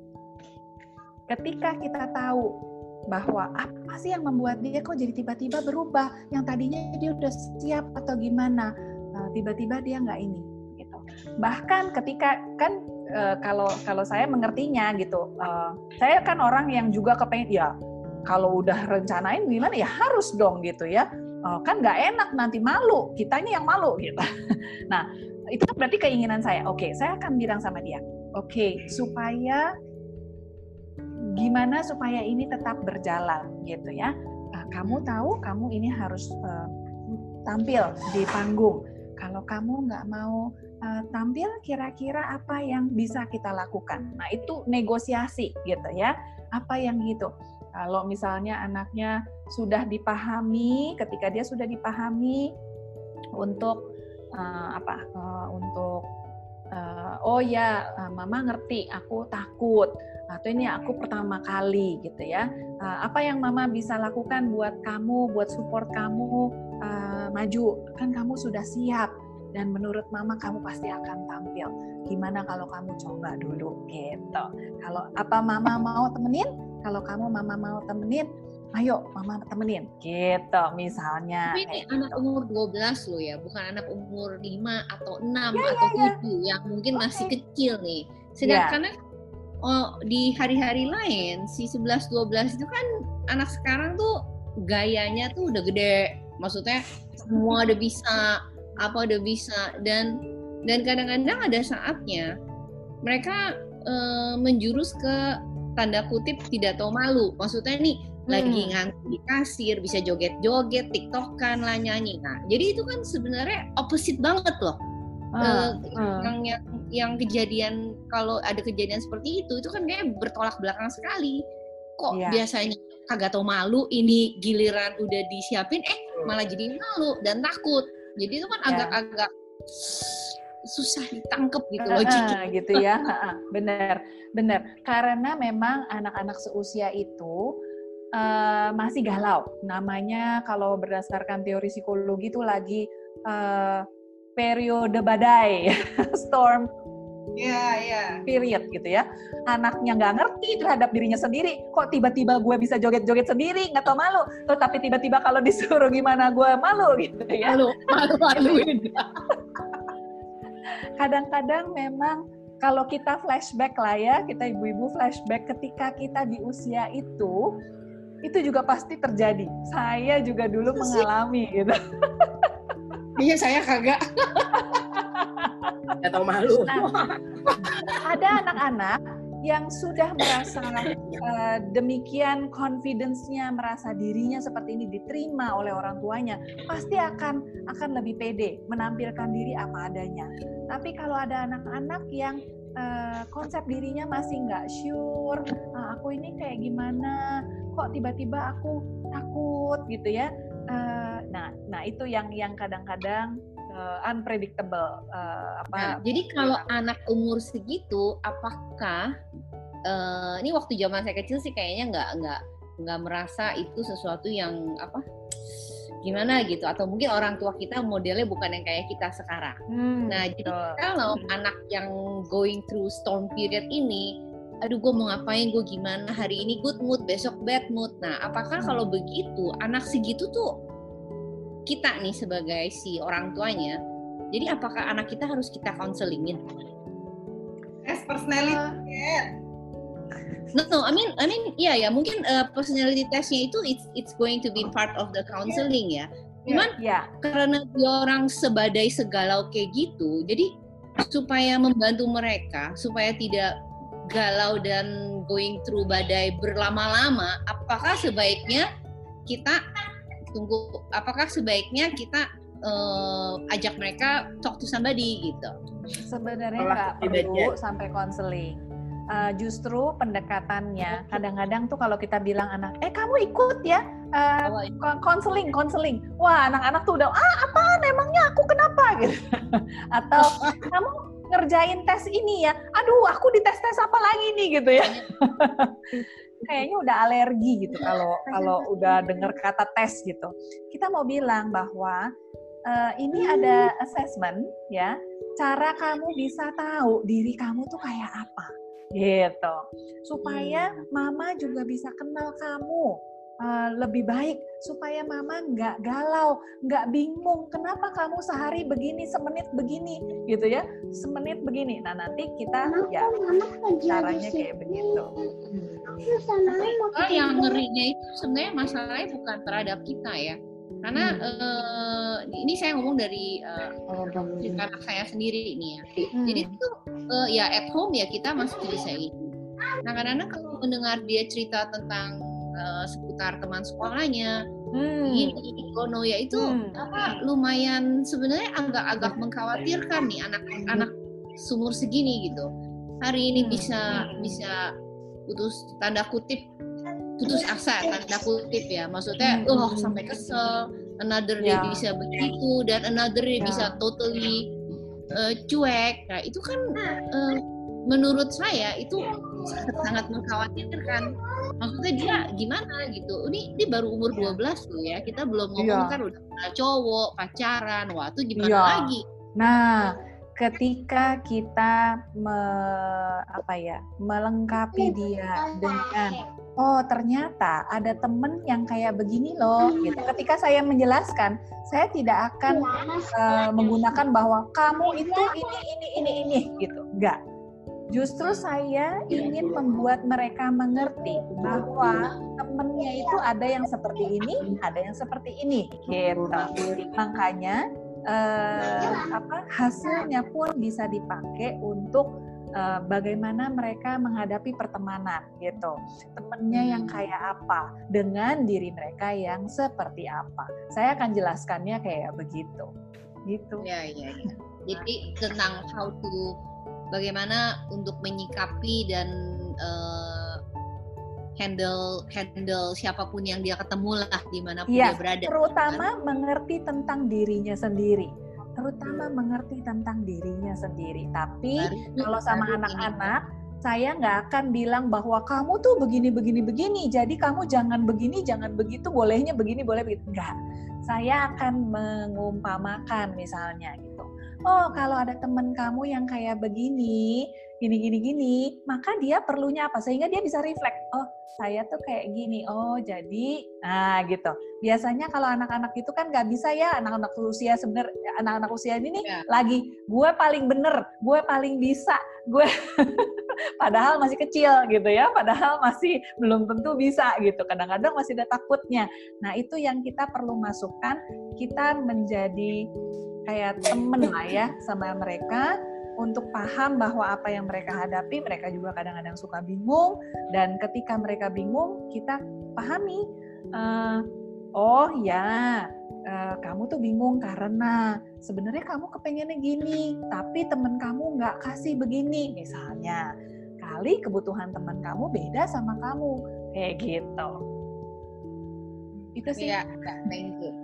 Ketika kita tahu bahwa apa sih yang membuat dia kok jadi tiba-tiba berubah, yang tadinya dia udah siap atau gimana, tiba-tiba dia nggak ini. Gitu. Bahkan ketika kan kalau kalau saya mengertinya gitu, saya kan orang yang juga kepengen ya. Kalau udah rencanain gimana ya harus dong gitu ya, uh, kan nggak enak nanti malu, kitanya yang malu gitu. Nah itu berarti keinginan saya. Oke, okay, saya akan bilang sama dia, oke okay, supaya gimana supaya ini tetap berjalan gitu ya. Nah, kamu tahu kamu ini harus uh, tampil di panggung. Kalau kamu nggak mau uh, tampil, kira-kira apa yang bisa kita lakukan? Nah itu negosiasi gitu ya. Apa yang gitu? Kalau misalnya anaknya sudah dipahami, ketika dia sudah dipahami untuk uh, apa? Uh, untuk uh, oh ya, uh, mama ngerti, aku takut atau ini aku pertama kali gitu ya. Uh, apa yang mama bisa lakukan buat kamu, buat support kamu uh, maju? Kan kamu sudah siap dan menurut mama kamu pasti akan tampil. Gimana kalau kamu coba dulu gitu? Kalau apa mama mau temenin? Kalau kamu mama mau temenin, ayo mama temenin, gitu misalnya. Tapi ini anak gitu. Umur dua belas loh ya, bukan anak umur lima atau enam ya, atau ya, tujuh ya. yang mungkin okay. masih kecil nih. ya. Sedangkan oh, di hari-hari lain, si sebelas dua belas itu kan anak sekarang tuh gayanya tuh udah gede. Maksudnya semua udah bisa, apa udah bisa, dan dan kadang-kadang ada saatnya mereka uh, menjurus ke tanda kutip tidak tahu malu. Maksudnya nih hmm. lagi ngantri di kasir bisa joget-joget, tiktokan lah, nyanyi. Nah, jadi itu kan sebenarnya opposite banget loh. Uh, uh. Yang, yang yang kejadian, kalau ada kejadian seperti itu, itu kan kayak bertolak belakang sekali. Kok yeah. biasanya kagak tau malu, ini giliran udah disiapin, eh malah jadi malu dan takut. Jadi itu kan yeah. agak-agak susah ditangkep gitu uh, logiknya. Uh, gitu ya, bener, bener. Karena memang anak-anak seusia itu uh, masih galau. Namanya kalau berdasarkan teori psikologi itu lagi uh, periode badai, storm yeah, yeah. period gitu ya. Anaknya nggak ngerti terhadap dirinya sendiri, kok tiba-tiba gue bisa joget-joget sendiri, nggak tau malu. Tuh, tapi tiba-tiba kalau disuruh gimana gue malu gitu ya. Malu, malu-maluin. Kadang-kadang memang kalau kita flashback lah ya, kita ibu-ibu flashback ketika kita di usia itu, itu juga pasti terjadi. Saya juga dulu mengalami gitu. Iya, saya kagak. Gak tau malu. Nah, ada anak-anak yang sudah merasa uh, demikian confidence-nya, merasa dirinya seperti ini diterima oleh orang tuanya, pasti akan akan lebih pede menampilkan diri apa adanya. Tapi kalau ada anak-anak yang uh, konsep dirinya masih nggak sure, ah, aku ini kayak gimana, kok tiba-tiba aku takut gitu ya. Uh, nah, nah itu yang yang kadang-kadang uh, unpredictable. Uh, apa? Nah, jadi kalau anak umur segitu, apakah uh, ini waktu zaman saya kecil sih kayaknya nggak nggak nggak merasa itu sesuatu yang apa gimana gitu, atau mungkin orang tua kita modelnya bukan yang kayak kita sekarang. Hmm, nah, jadi uh, kalau hmm. anak yang going through storm period ini, aduh gue mau ngapain, gue gimana, hari ini good mood, besok bad mood. Nah, apakah kalau begitu, anak segitu tuh kita nih sebagai si orang tuanya, jadi apakah anak kita harus kita counselingin? Yes, personality test. No, no, I mean, I mean, iya ya, mungkin uh, personality testnya itu it's it's going to be part of the counseling ya. Cuman yeah. karena dia orang sebadai segalau kayak gitu, jadi supaya membantu mereka supaya tidak galau dan going through badai berlama-lama, apakah sebaiknya kita tunggu, apakah sebaiknya kita uh, ajak mereka talk to somebody gitu? Sebenarnya nggak perlu sampai konseling. Uh, justru pendekatannya kadang-kadang tuh kalau kita bilang anak, eh kamu ikut ya konseling, uh, konseling. Wah, anak-anak tuh udah, ah apaan emangnya aku kenapa gitu. Atau kamu ngerjain tes ini ya, aduh aku di tes-tes apa lagi nih gitu ya. Kayaknya udah alergi gitu kalau kalau udah dengar kata tes gitu. Kita mau bilang bahwa uh, ini ada assessment ya, cara kamu bisa tahu diri kamu tuh kayak apa gitu, supaya mama juga bisa kenal kamu uh, lebih baik, supaya mama nggak galau, nggak bingung kenapa kamu sehari begini, semenit begini gitu ya, semenit begini. Nah nanti kita mama, ya mama caranya kayak begitu. Oh, yang ngerinya itu sebenarnya masalahnya bukan terhadap kita ya, karena hmm. uh, ini saya ngomong dari uh, anak saya sendiri ini ya. Hmm. Jadi itu uh, ya at home ya kita masih bisa ini. Nah kadang-kadang kalau mendengar dia cerita tentang uh, seputar teman sekolahnya, hmm. ini kono ya itu hmm. apa lumayan sebenarnya agak-agak mengkhawatirkan nih anak-anak sumur segini gitu. Hari ini hmm. bisa hmm. bisa putus tanda kutip putus asa tanda kutip ya, maksudnya hmm. oh sampai kesel, another day yeah. bisa begitu dan another day yeah. bisa totally uh, cuek. Nah itu kan uh, menurut saya itu sangat mengkhawatirkan. Maksudnya dia gimana gitu, ini ini baru umur dua belas loh ya, kita belum ngomong yeah. kan udah pernah cowok, pacaran, wah itu gimana yeah. lagi. Nah ketika kita me, apa ya melengkapi dia dengan oh ternyata ada temen yang kayak begini loh gitu. Ketika saya menjelaskan, saya tidak akan uh, menggunakan bahwa kamu itu ini ini ini ini gitu, enggak. Justru saya ingin membuat mereka mengerti bahwa temennya itu ada yang seperti ini, ada yang seperti ini gitu. Makanya uh, apa hasilnya pun bisa dipakai untuk uh, bagaimana mereka menghadapi pertemanan gitu. Temennya yang kayak apa dengan diri mereka yang seperti apa. Saya akan jelaskannya kayak begitu. Gitu. Ya, ya, ya. Jadi tentang how to bagaimana untuk menyikapi dan uh, handle handle siapapun yang dia ketemu lah dimanapun ya, dia berada. Terutama kan? Mengerti tentang dirinya sendiri. Terutama hmm. mengerti tentang dirinya sendiri. Tapi baru, kalau sama anak-anak, saya nggak akan bilang bahwa kamu tuh begini, begini, begini. Jadi kamu jangan begini, jangan begitu. Bolehnya begini, boleh begitu. Enggak. Saya akan mengumpamakan misalnya gitu. Oh, kalau ada teman kamu yang kayak begini, gini, gini, gini, maka dia perlunya apa? Sehingga dia bisa reflect. Oh, saya tuh kayak gini. Oh, jadi, nah gitu. Biasanya kalau anak-anak itu kan nggak bisa ya, anak-anak usia sebenarnya, anak-anak usia ini nih ya. Lagi, gue paling bener, gue paling bisa, gue padahal masih kecil gitu ya, padahal masih belum tentu bisa gitu. Kadang-kadang masih ada takutnya. Nah, itu yang kita perlu masukkan, kita menjadi kayak temen lah ya sama mereka untuk paham bahwa apa yang mereka hadapi, mereka juga kadang-kadang suka bingung, dan ketika mereka bingung, kita pahami, uh, oh ya, uh, kamu tuh bingung karena sebenarnya kamu kepengennya gini, tapi temen kamu nggak kasih begini, misalnya, kali kebutuhan teman kamu beda sama kamu, kayak gitu. Itu sih. Ya, thank you.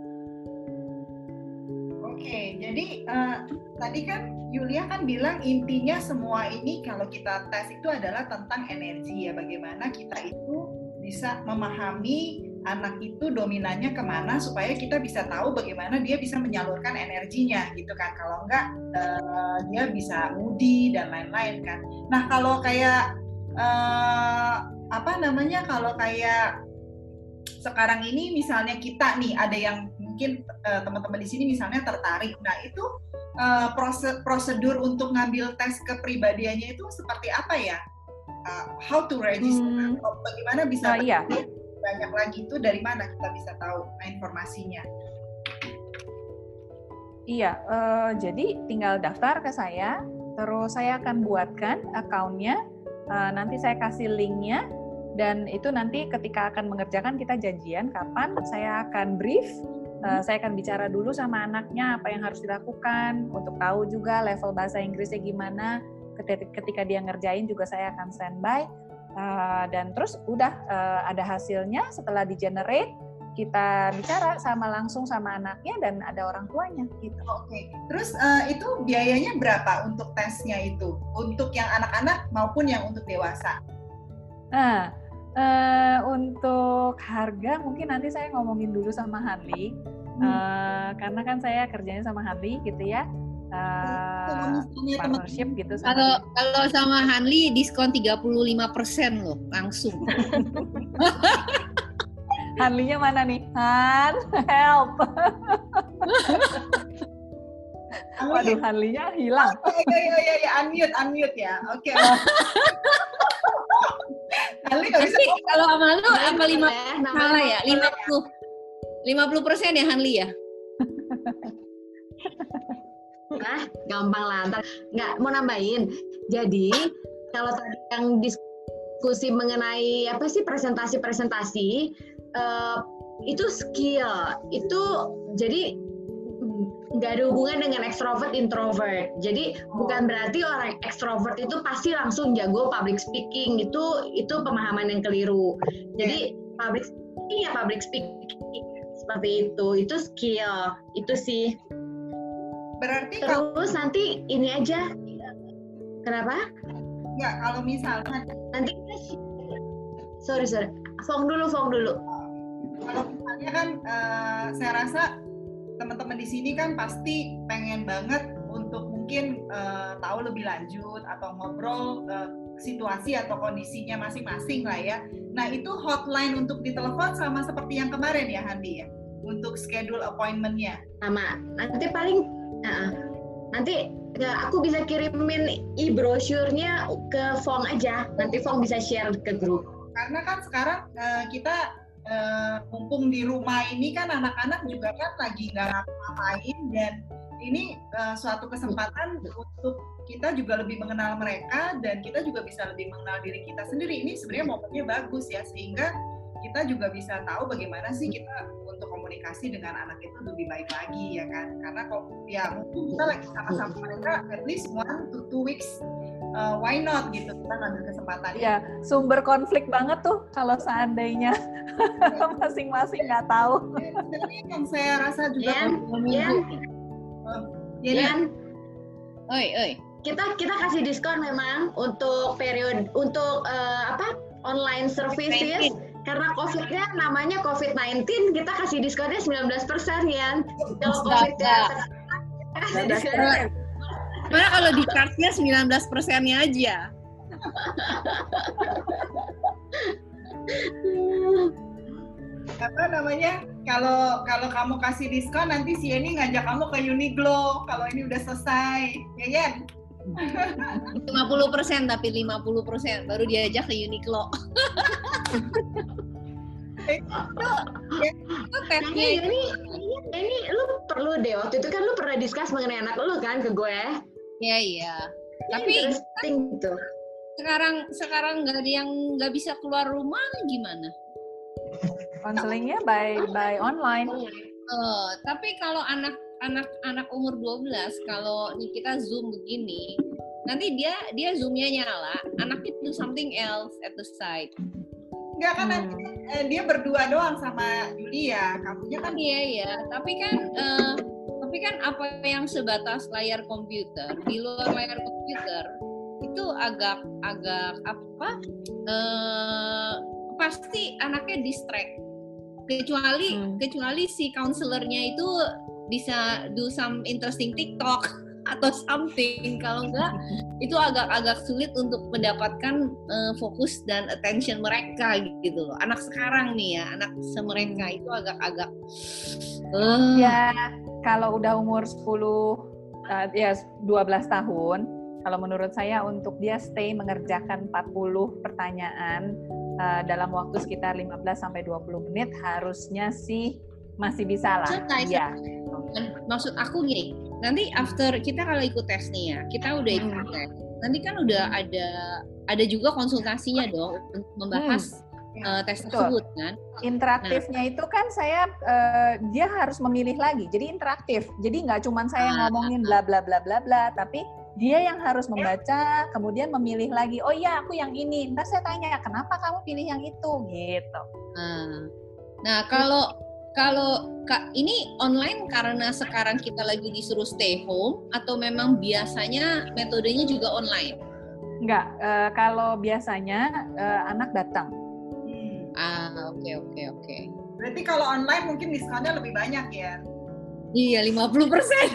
Oke, jadi uh, tadi kan Yulia kan bilang intinya semua ini kalau kita tes itu adalah tentang energi ya, bagaimana kita itu bisa memahami anak itu dominannya kemana supaya kita bisa tahu bagaimana dia bisa menyalurkan energinya gitu kan. Kalau enggak uh, dia bisa moody dan lain-lain kan. Nah kalau kayak uh, apa namanya kalau kayak sekarang ini misalnya kita nih ada yang mungkin uh, teman-teman di sini misalnya tertarik. Nah, itu uh, proses, prosedur untuk ngambil tes kepribadiannya itu seperti apa ya? Uh, how to register? Hmm. Bagaimana bisa uh, iya. banyak lagi itu dari mana kita bisa tahu informasinya? Iya, uh, jadi tinggal daftar ke saya, terus saya akan buatkan account-nya, uh, nanti saya kasih link-nya, dan itu nanti ketika akan mengerjakan kita janjian kapan saya akan brief. Uh, saya akan bicara dulu sama anaknya apa yang harus dilakukan untuk tahu juga level bahasa Inggrisnya gimana. Ketika dia ngerjain juga saya akan standby uh, dan terus udah uh, ada hasilnya setelah di generate kita bicara sama langsung sama anaknya dan ada orang tuanya gitu. Oke. Terus uh, itu biayanya berapa untuk tesnya itu? Untuk yang anak-anak maupun yang untuk dewasa? Nah. Uh, untuk harga mungkin nanti saya ngomongin dulu sama Hanli, hmm. uh, karena kan saya kerjanya sama Hanli gitu ya, uh, partnership gitu. Kalau kalau sama Hanli diskon tiga puluh lima persen loh langsung. Hanlinya mana nih? Han, help. Waduh, Hanlinya hilang. Oh, iya, iya, iya, iya, unmute, unmute ya. Oke. Okay. Hanli nggak bisa. Kalau sama lu apa lima salah ya? lima puluh lima puluh persen ya Hanli ya? Ah, gampang lah. Ntar nggak mau nambahin. Jadi kalau tadi yang diskusi mengenai apa sih presentasi-presentasi uh, itu skill itu jadi nggak ada hubungan dengan extrovert introvert. Jadi oh. bukan berarti orang extrovert itu pasti langsung jago public speaking. Itu itu pemahaman yang keliru. Jadi yeah. public speaking ya public speaking seperti itu. Itu skill. Itu sih. Berarti terus kalau... nanti ini aja. Kenapa? Nggak, kalau misalnya nanti sorry sorry. Fong dulu, Fong dulu. Kalau misalnya kan uh, saya rasa teman-teman di sini kan pasti pengen banget untuk mungkin uh, tahu lebih lanjut atau ngobrol uh, situasi atau kondisinya masing-masing lah ya. Nah itu hotline untuk ditelepon sama seperti yang kemarin ya Handi ya, untuk schedule appointment-nya. Sama. Nanti paling uh, nanti ya, aku bisa kirimin e-brochure-nya ke Fong aja. Nanti Fong bisa share ke grup. Karena kan sekarang uh, kita Uh, mumpung di rumah ini kan anak-anak juga kan lagi nggak ngapa-ngapain dan ini uh, suatu kesempatan untuk kita juga lebih mengenal mereka dan kita juga bisa lebih mengenal diri kita sendiri. Ini sebenarnya momennya bagus ya, sehingga kita juga bisa tahu bagaimana sih kita untuk komunikasi dengan anak itu lebih baik lagi ya kan. Karena kok ya mungkin kita lagi sama-sama mereka at least one to two weeks, uh, why not gitu, kita ngambil kesempatan. Ya, sumber konflik banget tuh kalau seandainya masing-masing nggak tahu. Ini yang saya rasa juga Yan, Yan, oi, oi. Kita kita kasih diskon memang untuk periode untuk uh, apa online services karena COVID-nya namanya covid sembilan belas, kita kasih diskonnya sembilan belas persen ya. Kalau COVID-nya Mana kalau di charge-nya sembilan belas persennya aja. Apa namanya? Kalau kalau kamu kasih diskon nanti si Yeni ngajak kamu ke Uniqlo kalau ini udah selesai, ya Yen? lima puluh persen tapi lima puluh persen baru diajak ke Uniqlo. Kayaknya ini, ini lu perlu deh, waktu itu kan lu pernah discuss mengenai anak lu kan ke gue. Iya iya. Tapi interesting tuh. Sekarang sekarang nggak ada yang nggak bisa keluar rumah gimana? Konselingnya by by online. Uh, tapi kalau anak anak anak umur dua belas, kalau nih kita zoom begini, nanti dia dia zoomnya nyala, anaknya do something else at the side. Enggak kan, hmm. nanti eh, dia berdua doang sama Julia, kamunya kan. Iya iya, tapi kan uh, tapi kan apa yang sebatas layar komputer, di luar layar komputer itu agak agak apa? Uh, pasti anaknya distract. Kecuali hmm. kecuali si counselornya itu bisa do some interesting TikTok atau something. Kalau enggak, itu agak-agak sulit untuk mendapatkan uh, fokus dan attention mereka gitu loh. Anak sekarang nih ya, anak semereka itu agak-agak uh. ya kalau udah umur sepuluh uh, ya dua belas tahun, kalau menurut saya untuk dia stay mengerjakan empat puluh pertanyaan uh, dalam waktu sekitar lima belas sampai dua puluh menit harusnya sih masih bisa lah. Iya. Maksud aku gini, nanti after kita kalau ikut tes nih ya, kita udah ikut hmm. tes. Nanti kan udah ada ada juga konsultasinya dong untuk membahas hmm. uh, tes tersebut kan. Interaktifnya nah. itu kan saya uh, dia harus memilih lagi. Jadi interaktif. Jadi nggak cuma saya ah, ngomongin bla bla bla bla bla, tapi dia yang harus membaca, kemudian memilih lagi. Oh iya, aku yang ini. Ntar saya tanya, kenapa kamu pilih yang itu? Gitu. Nah, nah kalau kalau Kak, ini online karena sekarang kita lagi disuruh stay home atau memang biasanya metodenya juga online? Enggak, uh, kalau biasanya uh, anak datang. Hmm. Ah, oke okay, oke okay, oke. Okay. Berarti kalau online mungkin diskonnya lebih banyak ya? Iya, lima puluh persen.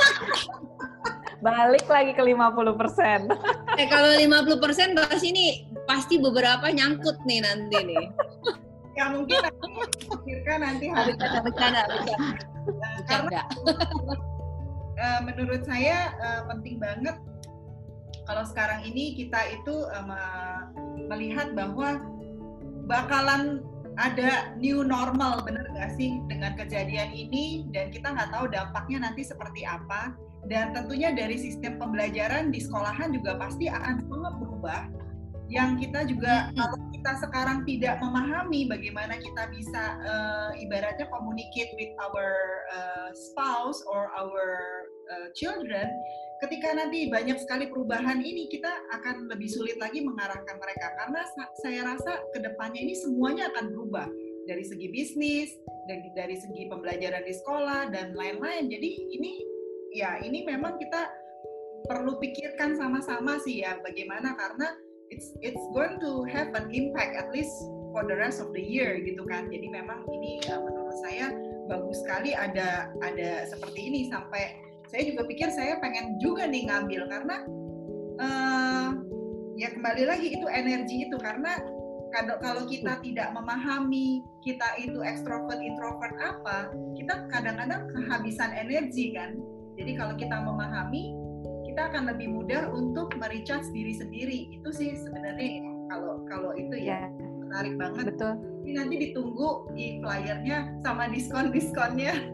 Balik lagi ke lima puluh persen. Eh, kalau lima puluh persen bahas ini pasti beberapa nyangkut nih nanti nih. Ya mungkin nanti pikirkan nanti harus ada bercanda, bercanda. Nah, karena uh, menurut saya uh, penting banget kalau sekarang ini kita itu uh, melihat bahwa bakalan ada new normal, bener nggak sih dengan kejadian ini, dan kita nggak tahu dampaknya nanti seperti apa, dan tentunya dari sistem pembelajaran di sekolahan juga pasti akan sangat berubah. Yang kita juga hmm. kalau kita sekarang tidak memahami bagaimana kita bisa uh, ibaratnya communicate with our uh, spouse or our uh, children, ketika nanti banyak sekali perubahan ini kita akan lebih sulit lagi mengarahkan mereka, karena saya rasa kedepannya ini semuanya akan berubah dari segi bisnis, dari dari segi pembelajaran di sekolah dan lain-lain. Jadi ini ya ini memang kita perlu pikirkan sama-sama sih ya bagaimana, karena It's it's going to have an impact at least for the rest of the year gitu kan. Jadi memang ini uh, menurut saya bagus sekali ada ada seperti ini, sampai saya juga pikir saya pengen juga nih ngambil karena uh, ya kembali lagi itu energi itu, karena kalau kalau kita tidak memahami kita itu ekstrovert introvert apa, kita kadang-kadang kehabisan energi kan. Jadi kalau kita memahami, kita akan lebih mudah untuk merecharge diri sendiri. Itu sih sebenarnya kalau kalau itu ya, ya menarik banget. Betul. Ini nanti ditunggu di flyernya sama diskon-diskonnya.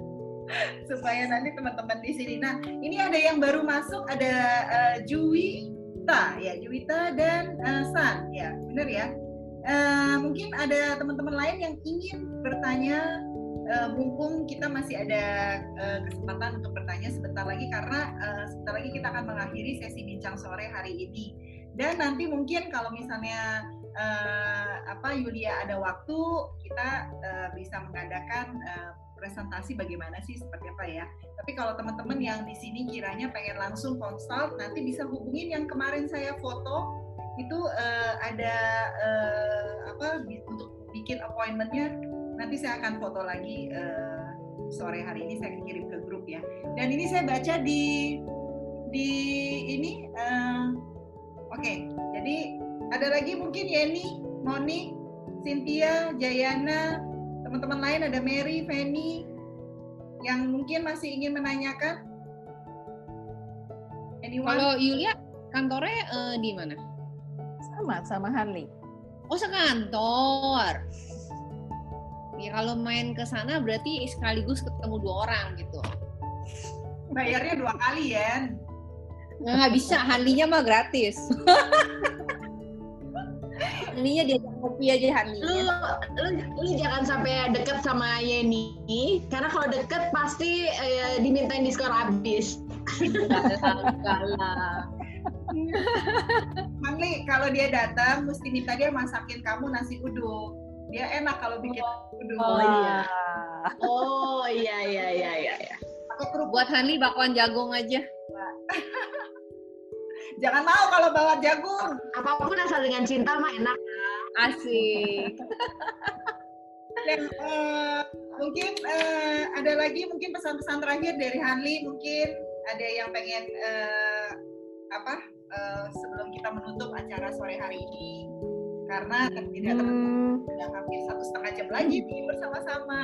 supaya nanti teman-teman di sini. Nah, ini ada yang baru masuk, ada uh, Juwita, ya Juwita dan uh, San, ya benar ya. Uh, mungkin ada teman-teman lain yang ingin bertanya, uh, mumpung kita masih ada uh, kesempatan untuk bertanya sebentar lagi, karena uh, sebentar lagi kita akan mengakhiri sesi bincang sore hari ini. Dan nanti mungkin kalau misalnya uh, apa Yulia ada waktu, kita uh, bisa mengadakan uh, presentasi bagaimana sih, seperti apa ya. Tapi kalau teman-teman yang di sini kiranya pengen langsung consult, nanti bisa hubungin yang kemarin saya foto. Itu uh, ada uh, apa untuk bikin appointment-nya, nanti saya akan foto lagi uh, sore hari ini, saya kirim ke grup ya. Dan ini saya baca di di ini uh, oke, okay. Jadi ada lagi mungkin Yeni, Moni, Cynthia, Jayana, teman-teman lain, ada Mary, Fanny yang mungkin masih ingin menanyakan. Anyone? Kalau Yulia kantornya uh, di mana? Sama, sama Hanli. Oh, sekantor. Ya kalau main ke sana berarti sekaligus ketemu dua orang gitu. Bayarnya dua kali ya? Nggak bisa, Hanlinya mah gratis. Hanlinya dia kopi aja Hanlinya. Lu, lu, lu jangan sampai deket sama Yeni, karena kalau deket pasti eh, dimintain diskon habis. Mangli, kalau dia datang mesti minta dia masakin kamu nasi uduk. Dia enak kalau bikin uduk. Oh iya. Oh iya iya iya iya. Buat Hanli bakwan jagung aja. Jangan mau kalau bawa jagung. Apapun asal dengan cinta mah enak. Asik. Dan uh, mungkin uh, ada lagi mungkin pesan-pesan terakhir dari Hanli, mungkin ada yang pengen uh, apa uh, sebelum kita menutup acara sore hari ini, karena tidak teman-teman sudah hampir satu setengah jam lagi nih bersama-sama.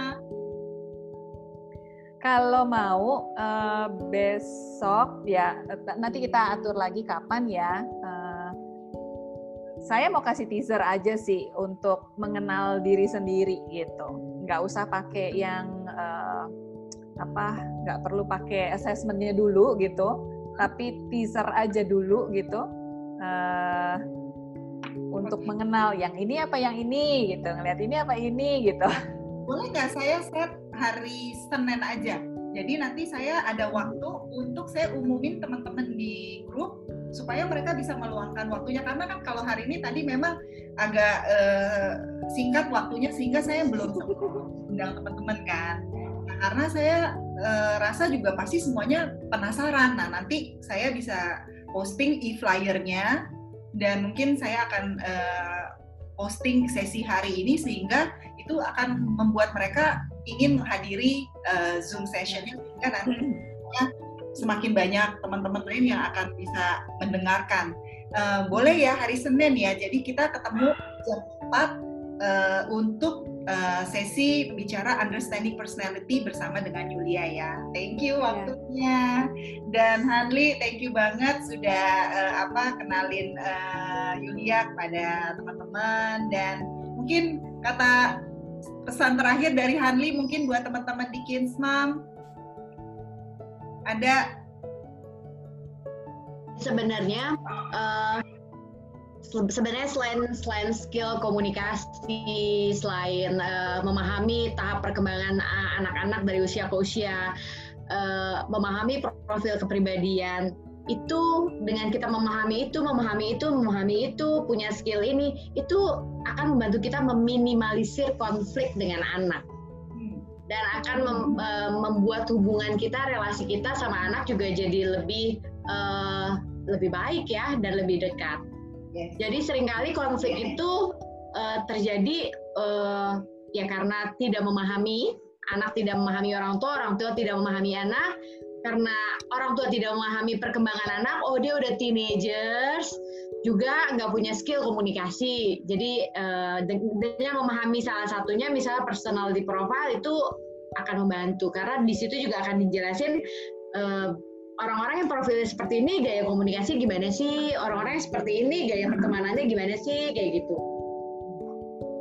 Kalau mau uh, besok ya, nanti kita atur lagi kapan ya. Uh, saya mau kasih teaser aja sih untuk mengenal diri sendiri gitu. Nggak usah pakai yang uh, apa, nggak perlu pakai assessment-nya dulu gitu, tapi teaser aja dulu gitu. Uh, untuk mengenal yang ini apa yang ini gitu, ngeliat ini apa ini gitu. Boleh nggak saya set hari Senin aja? Jadi nanti saya ada waktu untuk saya umumin teman-teman di grup supaya mereka bisa meluangkan waktunya, karena kan kalau hari ini tadi memang agak eh, singkat waktunya sehingga saya belum sempat undang teman-teman kan. Nah, karena saya eh, rasa juga pasti semuanya penasaran. Nah nanti saya bisa posting e-flyernya dan mungkin saya akan eh, posting sesi hari ini sehingga itu akan membuat mereka ingin menghadiri uh, Zoom session-nya, sehingga nanti semakin banyak teman-teman lain yang akan bisa mendengarkan. Uh, boleh ya hari Senin ya, jadi kita ketemu jam empat uh, untuk uh, sesi bicara understanding personality bersama dengan Yulia ya. Thank you waktunya. Dan Hanli, thank you banget sudah uh, apa kenalin uh, Yulia kepada teman-teman. Dan mungkin kata pesan terakhir dari Hanli mungkin buat teman-teman di Kinsmam ada. Sebenarnya uh, sebenarnya selain selain skill komunikasi, selain uh, memahami tahap perkembangan anak-anak dari usia ke usia, uh, memahami profil kepribadian, itu dengan kita memahami itu, memahami itu, memahami itu, punya skill ini, itu akan membantu kita meminimalisir konflik dengan anak. Dan akan mem, uh, membuat hubungan kita, relasi kita sama anak juga jadi lebih uh, lebih baik ya, dan lebih dekat. Yes. Jadi seringkali konflik itu uh, terjadi uh, ya karena tidak memahami, anak tidak memahami orang tua, orang tua tidak memahami anak. Karena orang tua tidak memahami perkembangan anak, oh dia udah teenagers, juga nggak punya skill komunikasi. Jadi uh, dengan memahami salah satunya, misalnya personality profile, itu akan membantu. Karena di situ juga akan dijelasin uh, orang-orang yang profilnya seperti ini, gaya komunikasi gimana sih, orang-orang yang seperti ini, gaya pertemanannya gimana sih, kayak gitu.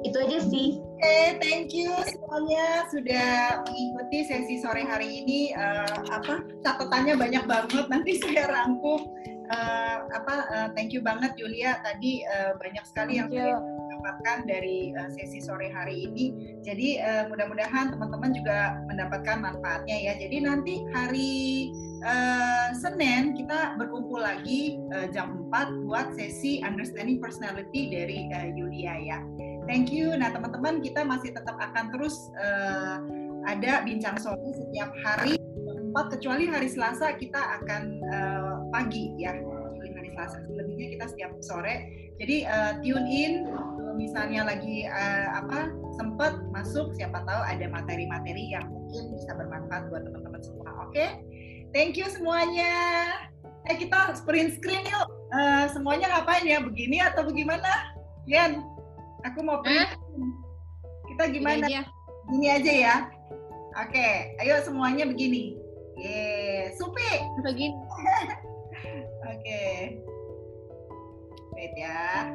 Itu aja sih. Oke, okay, thank you semuanya sudah mengikuti sesi sore hari ini. Uh, apa catatannya banyak banget, nanti saya rangkum. Uh, apa uh, thank you banget Yulia, tadi uh, banyak sekali yang saya dapatkan dari uh, sesi sore hari ini. Jadi uh, mudah-mudahan teman-teman juga mendapatkan manfaatnya ya. Jadi nanti hari uh, Senin kita berkumpul lagi uh, jam empat buat sesi Understanding Personality dari uh, Yulia ya. Thank you. Nah teman-teman, kita masih tetap akan terus uh, ada bincang sore setiap hari empat, kecuali hari Selasa kita akan uh, pagi ya, kecuali hari Selasa. Selebihnya kita setiap sore. Jadi uh, tune in, misalnya lagi uh, apa sempat masuk, siapa tahu ada materi-materi yang mungkin bisa bermanfaat buat teman-teman semua. Oke, okay? Thank you semuanya. Eh kita sprint screen yuk. Uh, semuanya ngapain ya? Begini atau bagaimana? Yen? Aku mau print. Kita gimana? Gini aja, gini aja ya. Oke, ayo semuanya begini. Ye, Supi. Begini. Oke. Wait ya.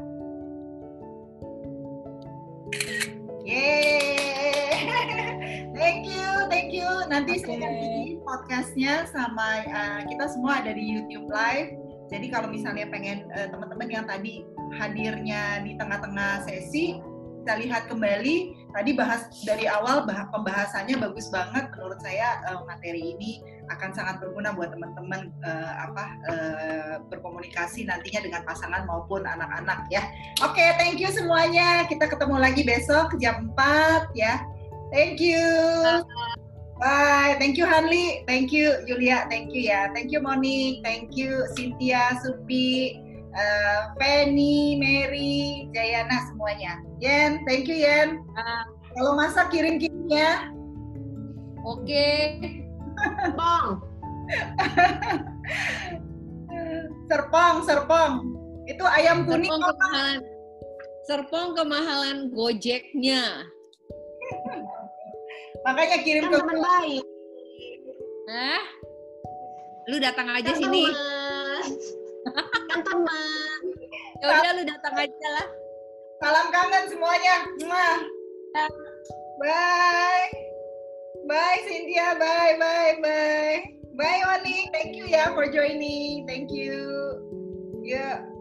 Yeay. Thank you, thank you. Nanti okay. Saya akan bikin podcastnya sama uh, kita semua ada di YouTube Live. Jadi kalau misalnya pengen uh, teman-teman yang tadi hadirnya di tengah-tengah sesi, kita lihat kembali. Tadi bahas dari awal, bah- pembahasannya bagus banget. Menurut saya uh, materi ini akan sangat berguna buat teman-teman uh, apa uh, berkomunikasi nantinya dengan pasangan maupun anak-anak ya. Oke, okay, thank you semuanya. Kita ketemu lagi besok jam empat ya. Thank you. Bye. Thank you Hanli. Thank you Yulia. Thank you ya. Thank you Monique. Thank you Cynthia, Supi, uh, Penny, Mary, Jayana semuanya. Yen, thank you Yen. Uh, Kalau masak kirim-kirim ya. Oke. Okay. Bong. serpong, serpong. Itu ayam kuning. Serpong kemahalan. Serpong kemahalan Gojeknya. Makanya kirim kan ke teman baik. Hah? Lu datang aja kan sini. Temen. Kan teman. Ya udah lu datang aja lah. Salam kangen semuanya. Mwah. Bye. Bye Cynthia. Bye bye bye. Bye Oni. Thank you ya for joining. Thank you. Ya. Yeah.